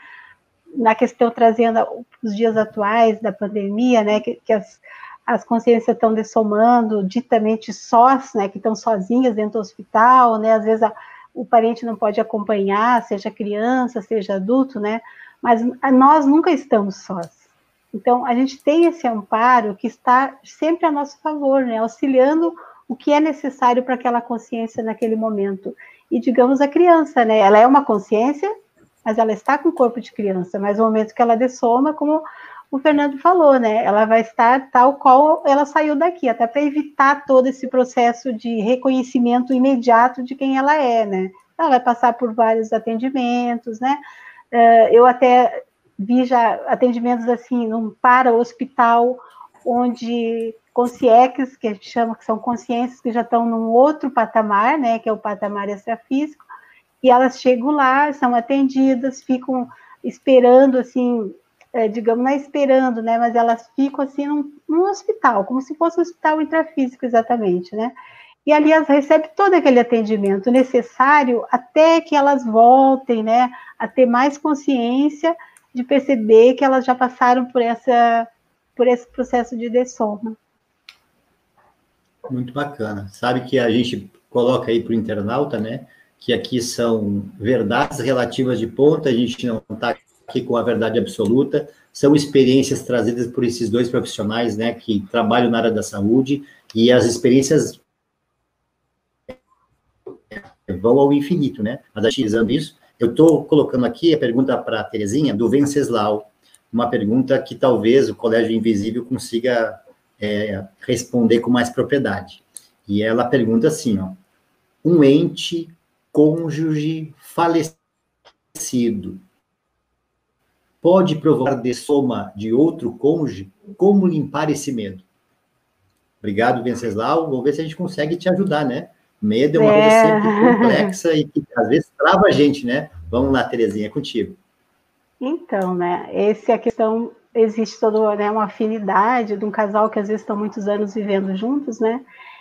na questão trazendo os dias atuais da pandemia, né, que as consciências estão dessomando, ditamente sós, né, que estão sozinhas dentro do hospital, né, às vezes o parente não pode acompanhar, seja criança, seja adulto, né, mas nós nunca estamos sós. Então, a gente tem esse amparo que está sempre a nosso favor, né, auxiliando o que é necessário para aquela consciência naquele momento. E, digamos, a criança, né, ela é uma consciência, mas ela está com o corpo de criança, mas no momento que ela dessoma, como o Fernando falou, né, ela vai estar tal qual ela saiu daqui, até para evitar todo esse processo de reconhecimento imediato de quem ela é, né. Ela vai passar por vários atendimentos, né, eu até vi já atendimentos assim, num para-hospital, onde consciências, que a gente chama que são consciências que já estão num outro patamar, né, que é o patamar extrafísico, e elas chegam lá, são atendidas, ficam esperando, assim, digamos, não é esperando, né, mas elas ficam assim num hospital, como se fosse um hospital intrafísico exatamente, né, e ali elas recebem todo aquele atendimento necessário até que elas voltem, né, a ter mais consciência de perceber que elas já passaram por esse processo de dessoma. Muito bacana. Sabe que a gente coloca aí para o internauta, né, que aqui são verdades relativas de ponta, a gente não está aqui com a verdade absoluta, são experiências trazidas por esses dois profissionais, né, que trabalham na área da saúde, e as experiências vão ao infinito, né, mas utilizando isso, eu estou colocando aqui a pergunta para a Terezinha, do Venceslau, uma pergunta que talvez o Colégio Invisível consiga responder com mais propriedade. E ela pergunta assim, ó, um ente cônjuge falecido pode provocar dessoma de outro cônjuge? Como limpar esse medo? Obrigado, Venceslau. Vou ver se a gente consegue te ajudar, né? Medo é uma coisa sempre complexa e que às vezes trava a gente, né? Vamos lá, Terezinha, é contigo. Então, né, essa é a questão, existe toda, né, uma afinidade de um casal que às vezes estão muitos anos vivendo juntos, né,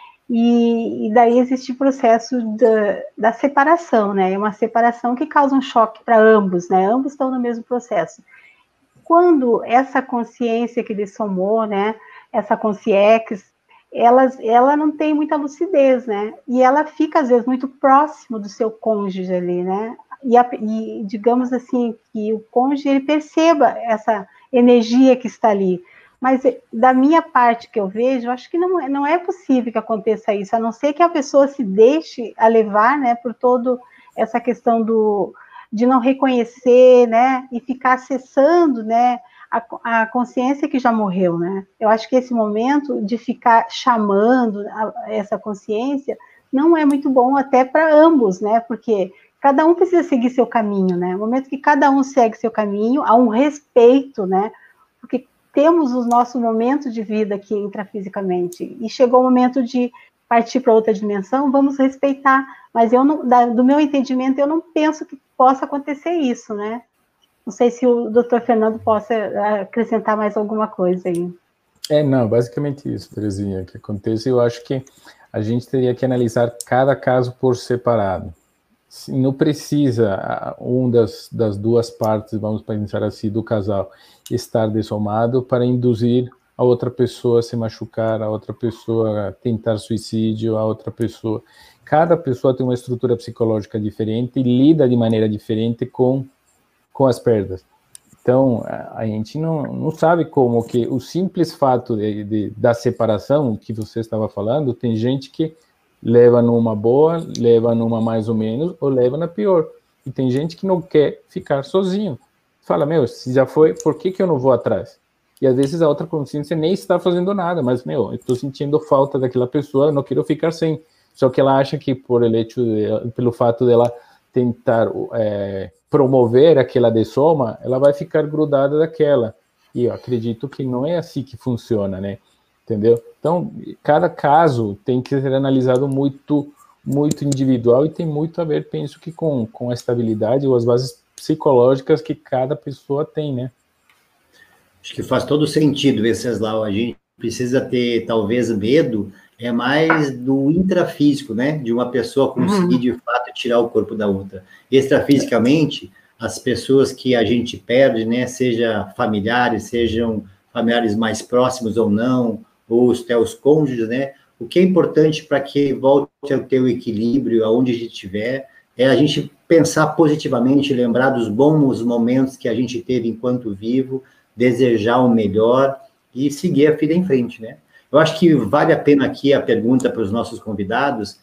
e daí existe o processo da separação, né, é uma separação que causa um choque para ambos, né, ambos estão no mesmo processo. Quando essa consciência que dessomou, né, essa consciência, ela não tem muita lucidez, né, e ela fica às vezes muito próximo do seu cônjuge ali, né, e digamos assim, que o cônjuge ele perceba essa energia que está ali, mas da minha parte que eu vejo, eu acho que não é possível que aconteça isso, a não ser que a pessoa se deixe a levar, né, por toda essa questão de não reconhecer, né, e ficar acessando, né, a consciência que já morreu, né, eu acho que esse momento de ficar chamando essa consciência não é muito bom até para ambos, né, porque cada um precisa seguir seu caminho, né? No momento que cada um segue seu caminho, há um respeito, né? Porque temos os nossos momentos de vida aqui intrafisicamente, e chegou o momento de partir para outra dimensão, vamos respeitar, mas do meu entendimento, eu não penso que possa acontecer isso, né? Não sei se o doutor Fernando possa acrescentar mais alguma coisa aí. Não, basicamente isso, Terezinha, que acontece, eu acho que a gente teria que analisar cada caso por separado. Não precisa das duas partes, vamos pensar assim, do casal, estar dessomado para induzir a outra pessoa a se machucar, a outra pessoa a tentar suicídio, a outra pessoa. Cada pessoa tem uma estrutura psicológica diferente e lida de maneira diferente com com as perdas. Então, a gente não sabe como que o simples fato da separação que você estava falando, tem gente que leva numa boa, leva numa mais ou menos, ou leva na pior. E tem gente que não quer ficar sozinho. Fala, se já foi, por que eu não vou atrás? E às vezes a outra consciência nem está fazendo nada, mas, eu estou sentindo falta daquela pessoa, eu não quero ficar sem. Só que ela acha que pelo fato dela tentar promover aquela de soma, ela vai ficar grudada daquela. E eu acredito que não é assim que funciona, né? Entendeu? Então, cada caso tem que ser analisado muito, muito individual e tem muito a ver, penso que com a estabilidade ou as bases psicológicas que cada pessoa tem, né? Acho que faz todo sentido, Venceslau. A gente precisa ter, talvez, medo, mais do intrafísico, né? De uma pessoa conseguir, de fato, tirar o corpo da outra. Extrafisicamente, as pessoas que a gente perde, né? Seja familiares, sejam familiares mais próximos ou não, ou até os cônjuges, né? O que é importante para que volte a ter o equilíbrio aonde a gente estiver, é a gente pensar positivamente, lembrar dos bons momentos que a gente teve enquanto vivo, desejar o melhor e seguir a vida em frente, né? Eu acho que vale a pena aqui a pergunta para os nossos convidados,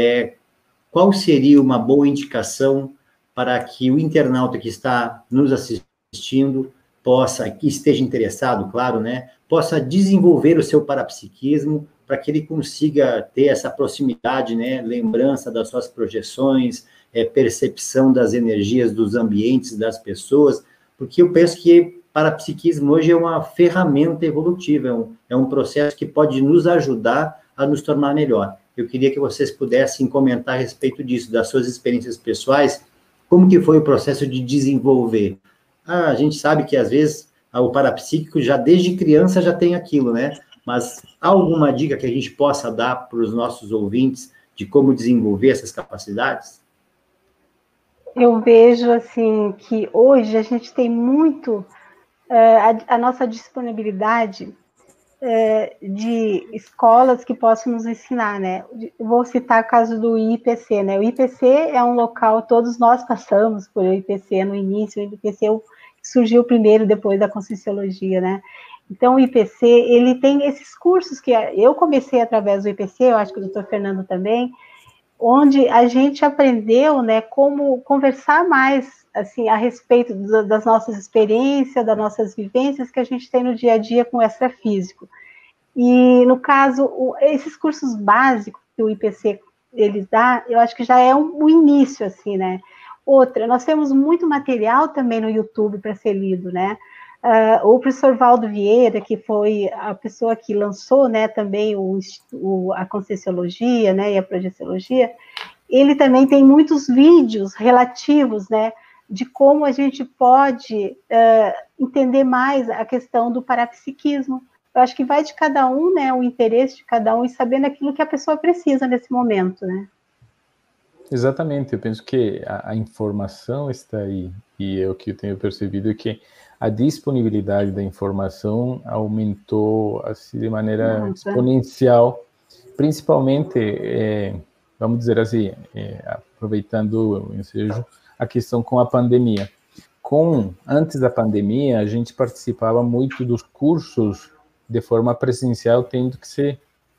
qual seria uma boa indicação para que o internauta que está nos assistindo que esteja interessado, claro, né, possa desenvolver o seu parapsiquismo para que ele consiga ter essa proximidade, né, lembrança das suas projeções, percepção das energias dos ambientes, das pessoas, porque eu penso que parapsiquismo hoje é uma ferramenta evolutiva, é um processo que pode nos ajudar a nos tornar melhor. Eu queria que vocês pudessem comentar a respeito disso, das suas experiências pessoais, como que foi o processo de desenvolver. A gente sabe que, às vezes, o parapsíquico, já desde criança, já tem aquilo, né? Mas há alguma dica que a gente possa dar para os nossos ouvintes de como desenvolver essas capacidades? Eu vejo, assim, que hoje a gente tem muito a nossa disponibilidade de escolas que possam nos ensinar, né? Vou citar o caso do IPC, né? O IPC é um local, todos nós passamos por IPC no início, o IPC surgiu primeiro, depois da Conscienciologia, né? Então, o IPC, ele tem esses cursos que eu comecei através do IPC, eu acho que o doutor Fernando também, onde a gente aprendeu, né, como conversar mais, assim, a respeito das nossas experiências, das nossas vivências que a gente tem no dia a dia com o extrafísico. E, no caso, esses cursos básicos que o IPC eles dá, eu acho que já é um início, assim, né? Outra, nós temos muito material também no YouTube para ser lido, né? O professor Valdo Vieira, que foi a pessoa que lançou, né, também a Conscienciologia, né, e a Projeciologia, ele também tem muitos vídeos relativos, né, de como a gente pode entender mais a questão do parapsiquismo. Eu acho que vai de cada um, né, o interesse de cada um e sabendo aquilo que a pessoa precisa nesse momento, né. Exatamente, eu penso que a informação está aí, e o que eu tenho percebido é que a disponibilidade da informação aumentou assim, de maneira exponencial, principalmente, vamos dizer assim, aproveitando o ensejo, a questão com a pandemia. Antes da pandemia, a gente participava muito dos cursos de forma presencial, tendo que se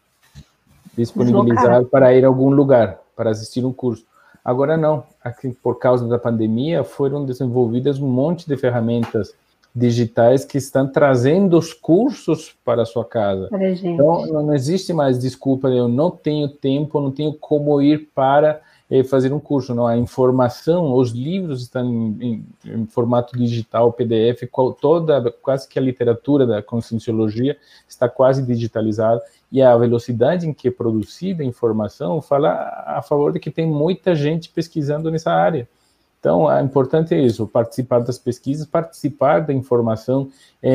disponibilizar para ir a algum lugar, para assistir um curso. Agora não, aqui, por causa da pandemia, foram desenvolvidas um monte de ferramentas digitais que estão trazendo os cursos para a sua casa. Então, não existe mais desculpa, eu não tenho tempo, não tenho como ir para fazer um curso. Não, a informação, os livros estão em formato digital, PDF, quase que a literatura da Conscienciologia está quase digitalizada, e a velocidade em que é produzida a informação fala a favor de que tem muita gente pesquisando nessa área. Então, é importante isso, participar das pesquisas, participar da informação,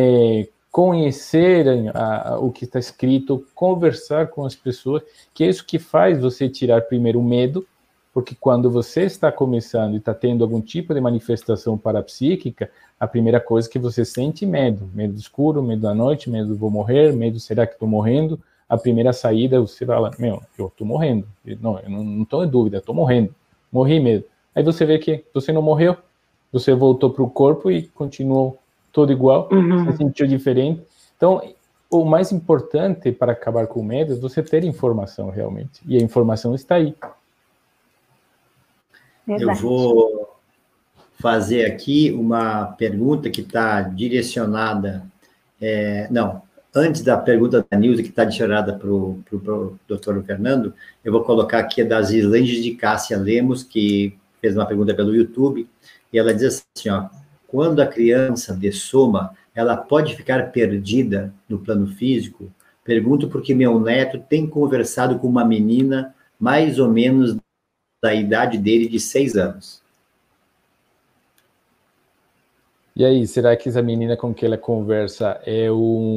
conhecer o que está escrito, conversar com as pessoas, que é isso que faz você tirar primeiro o medo, porque quando você está começando e está tendo algum tipo de manifestação parapsíquica, a primeira coisa que você sente é medo do escuro, medo da noite, medo vou morrer, medo será que estou morrendo. A primeira saída você fala, eu estou morrendo, eu não estou em dúvida, estou morrendo, morri mesmo. Aí você vê que você não morreu, você voltou para o corpo e continuou todo igual, se sentiu diferente. Então, o mais importante para acabar com o medo é você ter informação realmente, e a informação está aí. Eu vou fazer aqui uma pergunta que está direcionada... antes da pergunta da Nilza, que está direcionada para o doutor Fernando, eu vou colocar aqui a das Islandes de Cássia Lemos, que fez uma pergunta pelo YouTube, e ela diz assim, ó, quando a criança dessoma, ela pode ficar perdida no plano físico? Pergunto porque meu neto tem conversado com uma menina mais ou menos da idade dele, de 6 anos. E aí, será que essa menina com que ela conversa é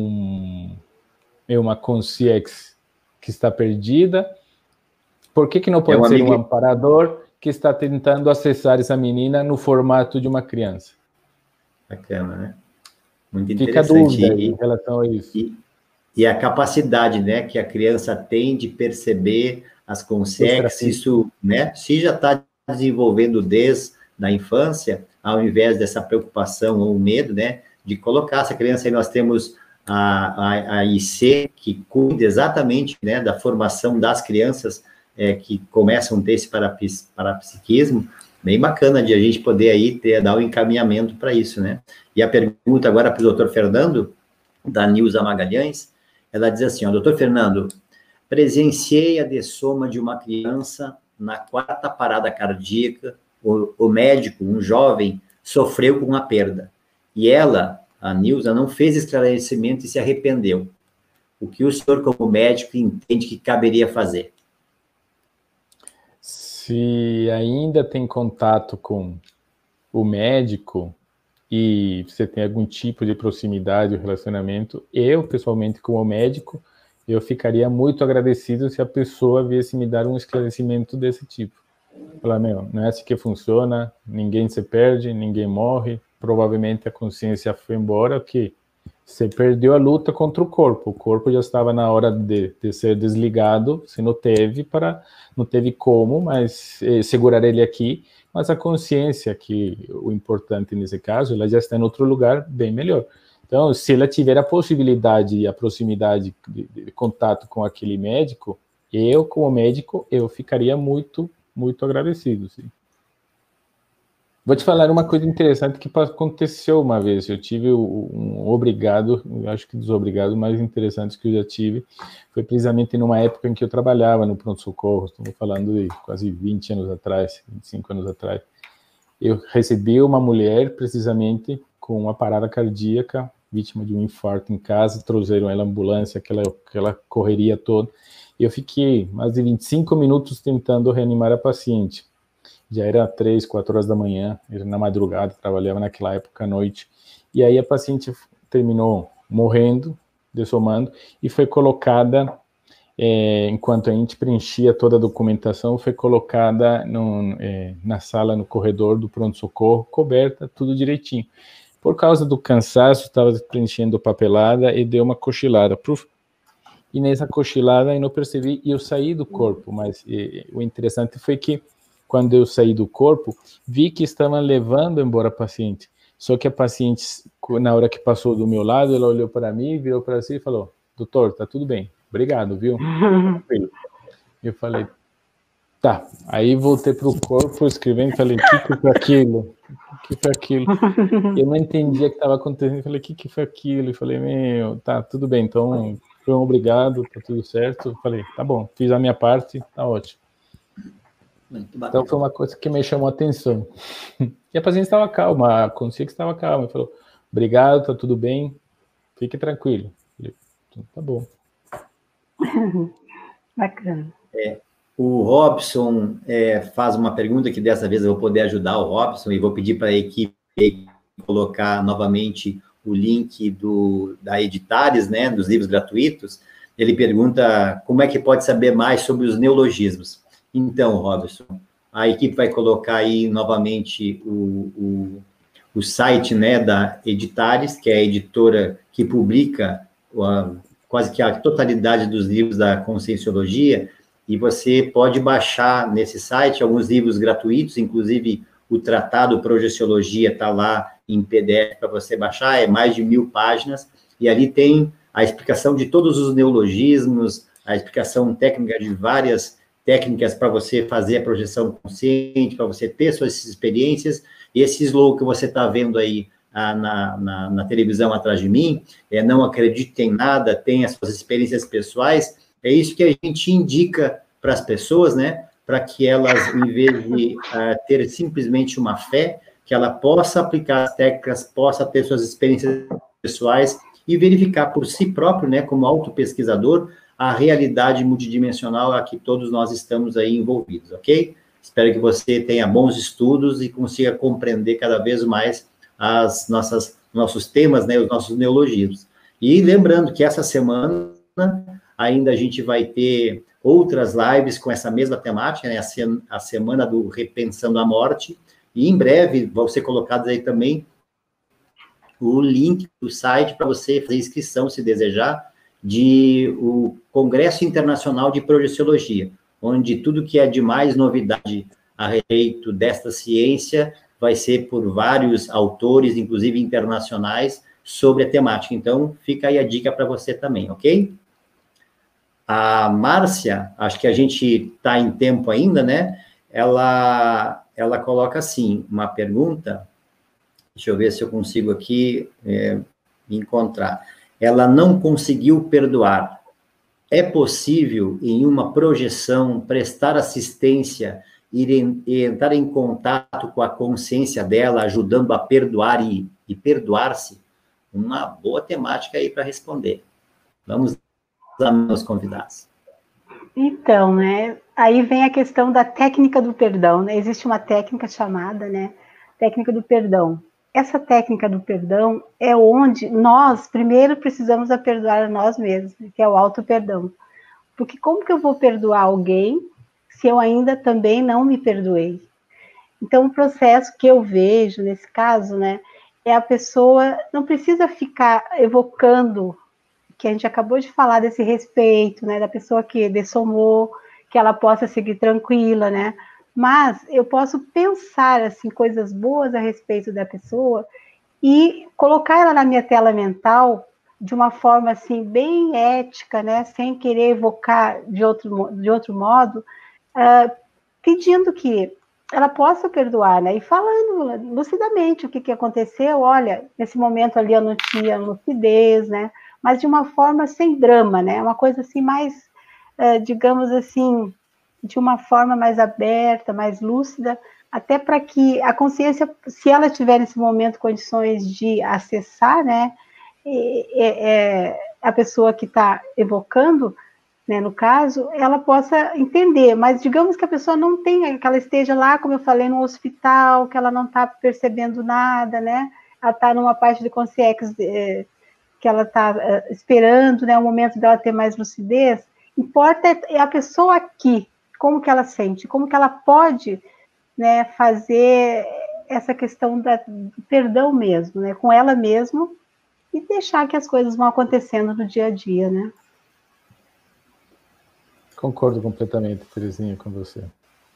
uma consciência que está perdida? Por que não pode ser um amparador que está tentando acessar essa menina no formato de uma criança? Bacana, né? Muito Fica interessante. Dúvida em relação a isso. E a capacidade, né, que a criança tem de perceber as consciências, isso, né, se já está desenvolvendo desde a infância, ao invés dessa preocupação ou medo, né, de colocar essa criança aí, nós temos a IC, que cuida exatamente, né, da formação das crianças que começam a ter esse parapsiquismo, bem bacana de a gente poder aí dar um encaminhamento para isso, né. E a pergunta agora para o doutor Fernando, da Nilza Magalhães, ela diz assim, ó, doutor Fernando, presenciei a dessoma de uma criança na 4ª parada cardíaca, o médico, um jovem, sofreu com a perda. E ela, a Nilza, não fez esclarecimento e se arrependeu. O que o senhor, como médico, entende que caberia fazer? Se ainda tem contato com o médico e você tem algum tipo de proximidade ou relacionamento, eu, pessoalmente, como médico, eu ficaria muito agradecido se a pessoa viesse me dar um esclarecimento desse tipo. Falar, não é assim que funciona, ninguém se perde, ninguém morre, provavelmente a consciência foi embora, que você perdeu a luta contra o corpo já estava na hora de ser desligado, você não teve como, mas segurar ele aqui, mas a consciência, que o importante nesse caso, ela já está em outro lugar bem melhor. Então, se ela tiver a possibilidade e a proximidade de contato com aquele médico, eu, como médico, eu ficaria muito agradecido, sim. Vou te falar uma coisa interessante que aconteceu uma vez. Eu tive um obrigado, acho que dos obrigados mais interessantes que eu já tive, foi precisamente numa época em que eu trabalhava no pronto-socorro, estamos falando de quase 20 anos atrás, 25 anos atrás. Eu recebi uma mulher, precisamente, com uma parada cardíaca, vítima de um infarto em casa, trouxeram ela à ambulância, aquela correria toda, e eu fiquei mais de 25 minutos tentando reanimar a paciente. Já era 3, 4 horas da manhã, era na madrugada, trabalhava naquela época à noite, e aí a paciente terminou morrendo, dessomando, e foi colocada, enquanto a gente preenchia toda a documentação, foi colocada na sala, no corredor do pronto-socorro, coberta, tudo direitinho. Por causa do cansaço, estava preenchendo papelada e deu uma cochilada. E nessa cochilada eu não percebi, e eu saí do corpo, mas o interessante foi que, quando eu saí do corpo, vi que estavam levando embora a paciente. Só que a paciente, na hora que passou do meu lado, ela olhou para mim, virou para si e falou, doutor, tá tudo bem, obrigado, viu? Eu falei, tá. Aí voltei para o corpo, escrevendo, falei, o que foi aquilo? O que foi aquilo? Eu não entendia o que estava acontecendo, eu falei, o que foi aquilo? Eu falei, tá, tudo bem, então, foi um obrigado, tá tudo certo. Eu falei, tá bom, fiz a minha parte, tá ótimo. Então foi uma coisa que me chamou a atenção. E a paciente estava calma, a consciência estava calma. Ele falou, obrigado, tá tudo bem, fique tranquilo. Eu falei, tá bom. Bacana. O Robson faz uma pergunta que dessa vez eu vou poder ajudar o Robson e vou pedir para a equipe colocar novamente o link da Editares, né, dos livros gratuitos. Ele pergunta como é que pode saber mais sobre os neologismos. Então, Robson, a equipe vai colocar aí novamente o site, né, da Editares, que é a editora que publica quase que a totalidade dos livros da Conscienciologia, e você pode baixar nesse site alguns livros gratuitos, inclusive o tratado Projeciologia está lá em PDF para você baixar, é mais de 1000 páginas, e ali tem a explicação de todos os neologismos, a explicação técnica de várias técnicas para você fazer a projeção consciente, para você ter suas experiências, e esse slogan que você está vendo aí na televisão atrás de mim, não acredite em nada, tenha suas experiências pessoais, é isso que a gente indica para as pessoas, né, para que elas, em vez de ter simplesmente uma fé, que ela possa aplicar as técnicas, possa ter suas experiências pessoais e verificar por si próprio, né, como autopesquisador, a realidade multidimensional a que todos nós estamos aí envolvidos, ok? Espero que você tenha bons estudos e consiga compreender cada vez mais nossos temas, né, os nossos neologismos. E lembrando que essa semana ainda a gente vai ter outras lives com essa mesma temática, né, a semana do Repensando a Morte, e em breve vão ser colocados aí também o link do site para você fazer inscrição, se desejar, o Congresso Internacional de Projeciologia, onde tudo que é de mais novidade a respeito desta ciência vai ser por vários autores, inclusive internacionais, sobre a temática. Então, fica aí a dica para você também, ok? A Márcia, acho que a gente está em tempo ainda, né? Ela coloca assim, uma pergunta, deixa eu ver se eu consigo aqui encontrar. Ela não conseguiu perdoar. É possível, em uma projeção, prestar assistência e entrar em contato com a consciência dela, ajudando a perdoar e perdoar-se? Uma boa temática aí para responder. Vamos lá, meus convidados. Então, né, aí vem a questão da técnica do perdão, né? Existe uma técnica chamada, né, técnica do perdão. Essa técnica do perdão é onde nós, primeiro, precisamos perdoar a nós mesmos, que é o auto-perdão. Porque como que eu vou perdoar alguém se eu ainda também não me perdoei? Então, o processo que eu vejo, nesse caso, né, é a pessoa não precisa ficar evocando, que a gente acabou de falar desse respeito, né, da pessoa que dessomou, que ela possa seguir tranquila, né, mas eu posso pensar, assim, coisas boas a respeito da pessoa e colocar ela na minha tela mental de uma forma, assim, bem ética, né, sem querer evocar de outro modo, pedindo que ela possa perdoar, né, e falando lucidamente o que aconteceu. Olha, nesse momento ali eu não tinha lucidez, né, mas de uma forma sem drama, né, uma coisa assim mais, digamos assim, de uma forma mais aberta, mais lúcida, até para que a consciência, se ela tiver nesse momento condições de acessar, né, a pessoa que está evocando, né, no caso, ela possa entender, mas digamos que a pessoa não tenha, que ela esteja lá, como eu falei, no hospital, que ela não está percebendo nada, né, ela está numa parte de consciência que ela está esperando, né, o momento dela ter mais lucidez. Importa é a pessoa aqui, como que ela sente, como que ela pode, né, fazer essa questão do perdão mesmo, né, com ela mesma, e deixar que as coisas vão acontecendo no dia a dia, né. Concordo completamente, Terezinha, com você.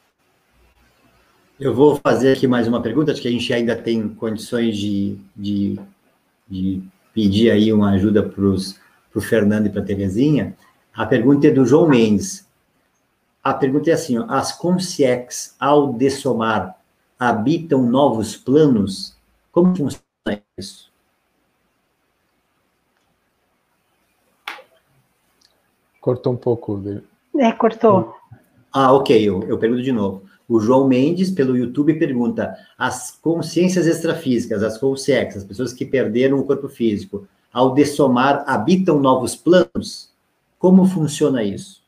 Eu vou fazer aqui mais uma pergunta, acho que a gente ainda tem condições de pedir aí uma ajuda para o Fernando e para a Terezinha. A pergunta é do João Mendes. A pergunta é assim, ó, as consciências, ao dessomar, habitam novos planos? Como funciona isso? Cortou um pouco. Cortou. Ok, eu pergunto de novo. O João Mendes, pelo YouTube, pergunta, as consciências extrafísicas, as consciências, as pessoas que perderam o corpo físico, ao dessomar, habitam novos planos? Como funciona isso?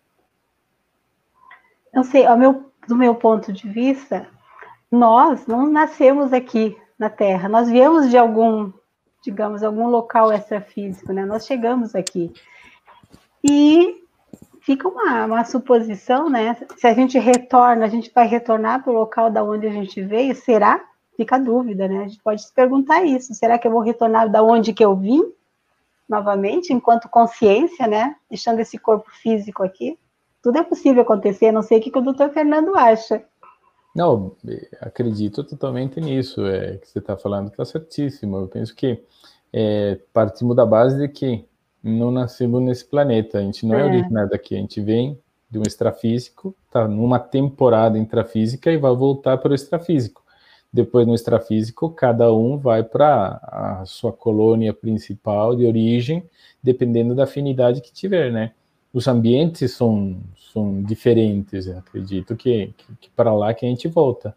Não sei, do meu ponto de vista, nós não nascemos aqui na Terra, nós viemos de algum local extrafísico, né? Nós chegamos aqui. E fica uma suposição, né? Se a gente retorna, a gente vai retornar para o local da onde a gente veio, será? Fica a dúvida, né? A gente pode se perguntar isso, será que eu vou retornar da onde que eu vim? Novamente, enquanto consciência, né? Deixando esse corpo físico aqui. Tudo é possível acontecer, não sei o que o doutor Fernando acha. Não, acredito totalmente nisso, que você está falando, está certíssimo. Eu penso que partimos da base de que não nascemos nesse planeta, a gente não é originário daqui, a gente vem de um extrafísico, está numa temporada intrafísica e vai voltar para o extrafísico. Depois, no extrafísico, cada um vai para a sua colônia principal de origem, dependendo da afinidade que tiver, né? Os ambientes são diferentes, eu acredito que para lá que a gente volta.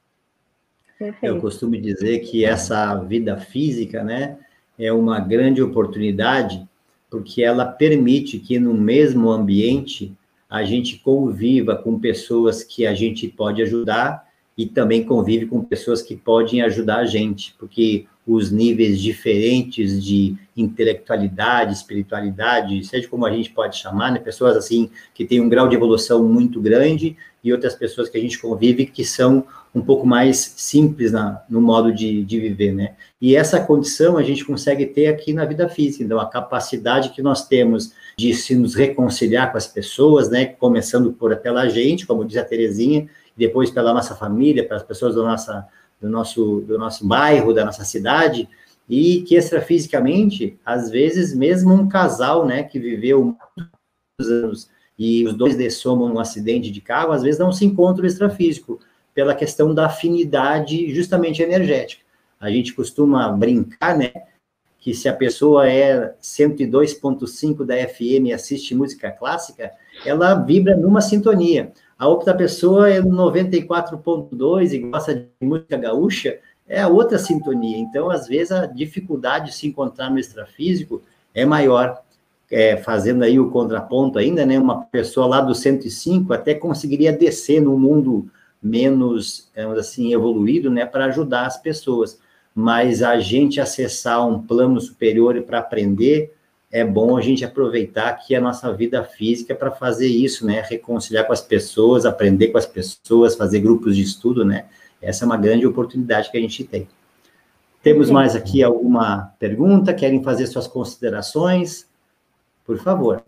Eu costumo dizer que essa vida física, né, é uma grande oportunidade, porque ela permite que no mesmo ambiente a gente conviva com pessoas que a gente pode ajudar e também convive com pessoas que podem ajudar a gente, porque os níveis diferentes de intelectualidade, espiritualidade, seja como a gente pode chamar, né, pessoas assim que têm um grau de evolução muito grande e outras pessoas que a gente convive que são um pouco mais simples no modo de viver, né? E essa condição a gente consegue ter aqui na vida física, então a capacidade que nós temos de se nos reconciliar com as pessoas, né, começando pela gente, como diz a Terezinha, depois pela nossa família, pelas pessoas do nosso bairro, da nossa cidade, e que extrafisicamente, às vezes, mesmo um casal, né, que viveu muitos anos e os dois dessomam um acidente de carro, às vezes não se encontram no extrafísico, pela questão da afinidade justamente energética. A gente costuma brincar, né, que se a pessoa é 102.5 da FM e assiste música clássica, ela vibra numa sintonia. A outra pessoa é 94.2 e gosta de música gaúcha, é a outra sintonia. Então, às vezes, a dificuldade de se encontrar no extrafísico é maior. Fazendo aí o contraponto ainda, né? Uma pessoa lá do 105 até conseguiria descer no mundo menos, assim, evoluído, né? Para ajudar as pessoas. Mas a gente acessar um plano superior para aprender, é bom a gente aproveitar aqui a nossa vida física para fazer isso, né? Reconciliar com as pessoas, aprender com as pessoas, fazer grupos de estudo, né? Essa é uma grande oportunidade que a gente tem. Temos mais aqui alguma pergunta? Querem fazer suas considerações? Por favor.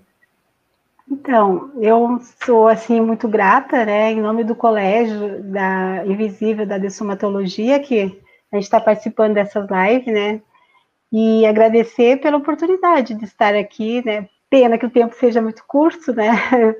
Então, eu sou, assim, muito grata, né? Em nome do Colégio da Invisível da Dessomatologia, que a gente está participando dessas lives, né? E agradecer pela oportunidade de estar aqui, né? Pena que o tempo seja muito curto, né?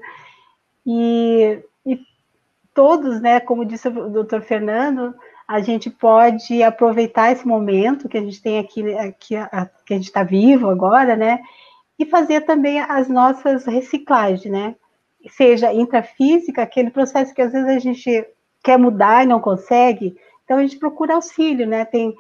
E todos, né? Como disse o doutor Fernando, a gente pode aproveitar esse momento que a gente tem aqui que a gente está vivo agora, né? E fazer também as nossas reciclagens, né? Seja intrafísica, aquele processo que às vezes a gente quer mudar e não consegue, então a gente procura auxílio, né? Tem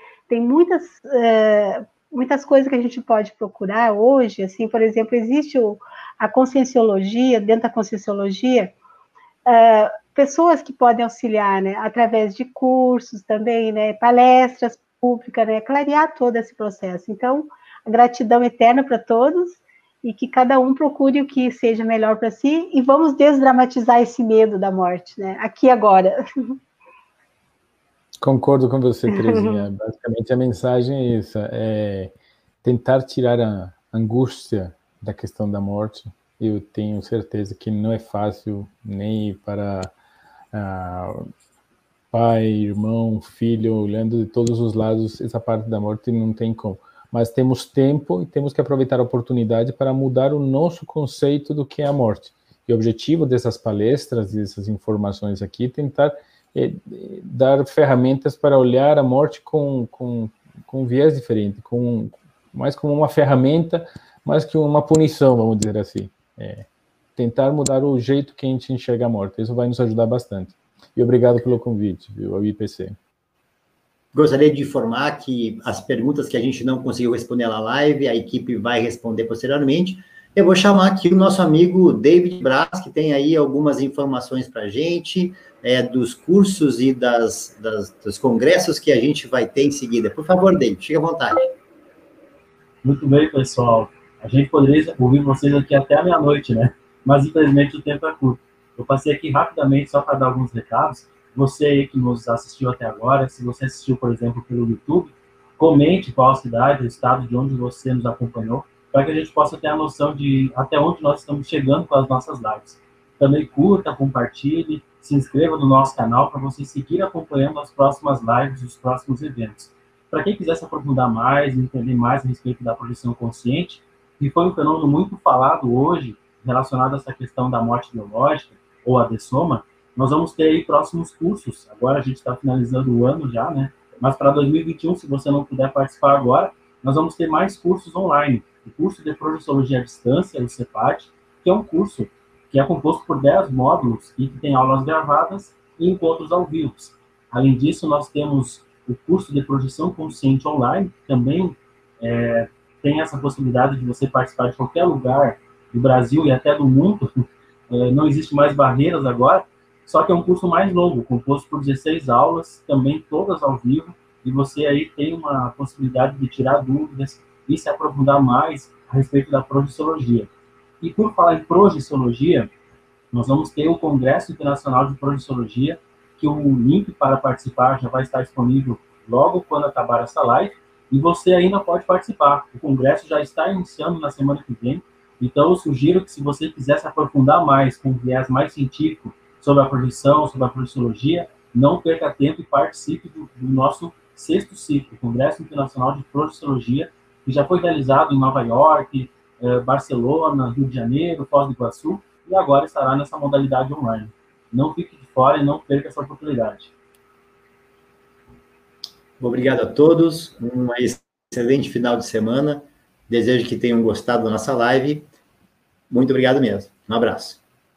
muitas coisas que a gente pode procurar hoje, assim, por exemplo, existe a conscienciologia, dentro da conscienciologia, pessoas que podem auxiliar, né, através de cursos também, né, palestras públicas, né, clarear todo esse processo. Então, a gratidão eterna para todos e que cada um procure o que seja melhor para si e vamos desdramatizar esse medo da morte, né, aqui e agora. Concordo com você, Terezinha. Basicamente, a mensagem é essa, tentar tirar a angústia da questão da morte. Eu tenho certeza que não é fácil, nem para pai, irmão, filho, olhando de todos os lados, essa parte da morte não tem como. Mas temos tempo e temos que aproveitar a oportunidade para mudar o nosso conceito do que é a morte. E o objetivo dessas palestras, dessas informações aqui, é tentar dar ferramentas para olhar a morte com um viés diferente, mais como uma ferramenta, mais que uma punição, vamos dizer assim. Tentar mudar o jeito que a gente enxerga a morte. Isso vai nos ajudar bastante. E obrigado pelo convite, viu, ao IPC. Gostaria de informar que as perguntas que a gente não conseguiu responder na live, a equipe vai responder posteriormente. Eu vou chamar aqui o nosso amigo David Braz, que tem aí algumas informações para a gente, dos cursos e dos congressos que a gente vai ter em seguida. Por favor, David, fique à vontade. Muito bem, pessoal. A gente poderia ouvir vocês aqui até a meia-noite, né? Mas, infelizmente, o tempo é curto. Eu passei aqui rapidamente só para dar alguns recados. Você aí que nos assistiu até agora, se você assistiu, por exemplo, pelo YouTube, comente qual a cidade, o estado de onde você nos acompanhou, para que a gente possa ter a noção de até onde nós estamos chegando com as nossas lives. Também curta, compartilhe, se inscreva no nosso canal para você seguir acompanhando as próximas lives, os próximos eventos. Para quem quiser se aprofundar mais, entender mais a respeito da projeção consciente, que foi um fenômeno muito falado hoje, relacionado a essa questão da morte biológica, ou a dessoma, nós vamos ter aí próximos cursos. Agora a gente está finalizando o ano já, né? Mas para 2021, se você não puder participar agora, nós vamos ter mais cursos online. O curso de Projeciologia à Distância, o CEPAD, que é um curso que é composto por 10 módulos e que tem aulas gravadas e encontros ao vivo. Além disso, nós temos o curso de Projeção Consciente online, que também tem essa possibilidade de você participar de qualquer lugar do Brasil e até do mundo. Não existe mais barreiras agora, só que é um curso mais longo, composto por 16 aulas, também todas ao vivo, e você aí tem uma possibilidade de tirar dúvidas e se aprofundar mais a respeito da projeciologia. E por falar em projeciologia, nós vamos ter o Congresso Internacional de Projeciologia, que o link para participar já vai estar disponível logo quando acabar essa live, e você ainda pode participar. O congresso já está iniciando na semana que vem, então eu sugiro que, se você quiser se aprofundar mais, com um viés mais científico sobre a projeção, sobre a projeciologia, não perca tempo e participe do nosso 6º ciclo, Congresso Internacional de Projeciologia, que já foi realizado em Nova York, Barcelona, Rio de Janeiro, Foz do Iguaçu, e agora estará nessa modalidade online. Não fique de fora e não perca essa oportunidade. Obrigado a todos, um excelente final de semana, desejo que tenham gostado da nossa live, muito obrigado mesmo, um abraço.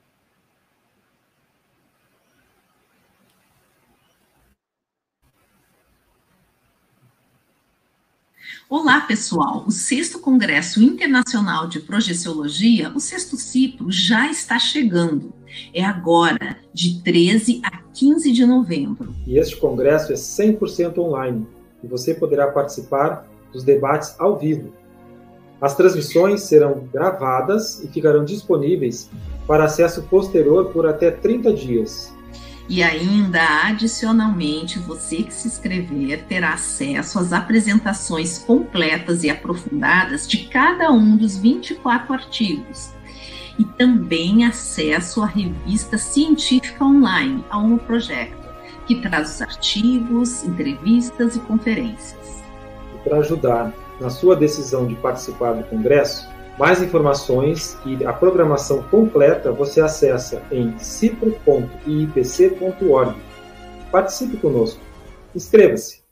Olá, pessoal! O 6º Congresso Internacional de Projeciologia, o 6º ciclo, já está chegando. É agora, de 13 a 15 de novembro. E este congresso é 100% online, e você poderá participar dos debates ao vivo. As transmissões serão gravadas e ficarão disponíveis para acesso posterior por até 30 dias. E ainda, adicionalmente, você que se inscrever terá acesso às apresentações completas e aprofundadas de cada um dos 24 artigos. E também acesso à revista científica online, a Homo Projector, que traz os artigos, entrevistas e conferências. E para ajudar na sua decisão de participar do congresso, mais informações e a programação completa você acessa em cipro.iipc.org. Participe conosco. Inscreva-se!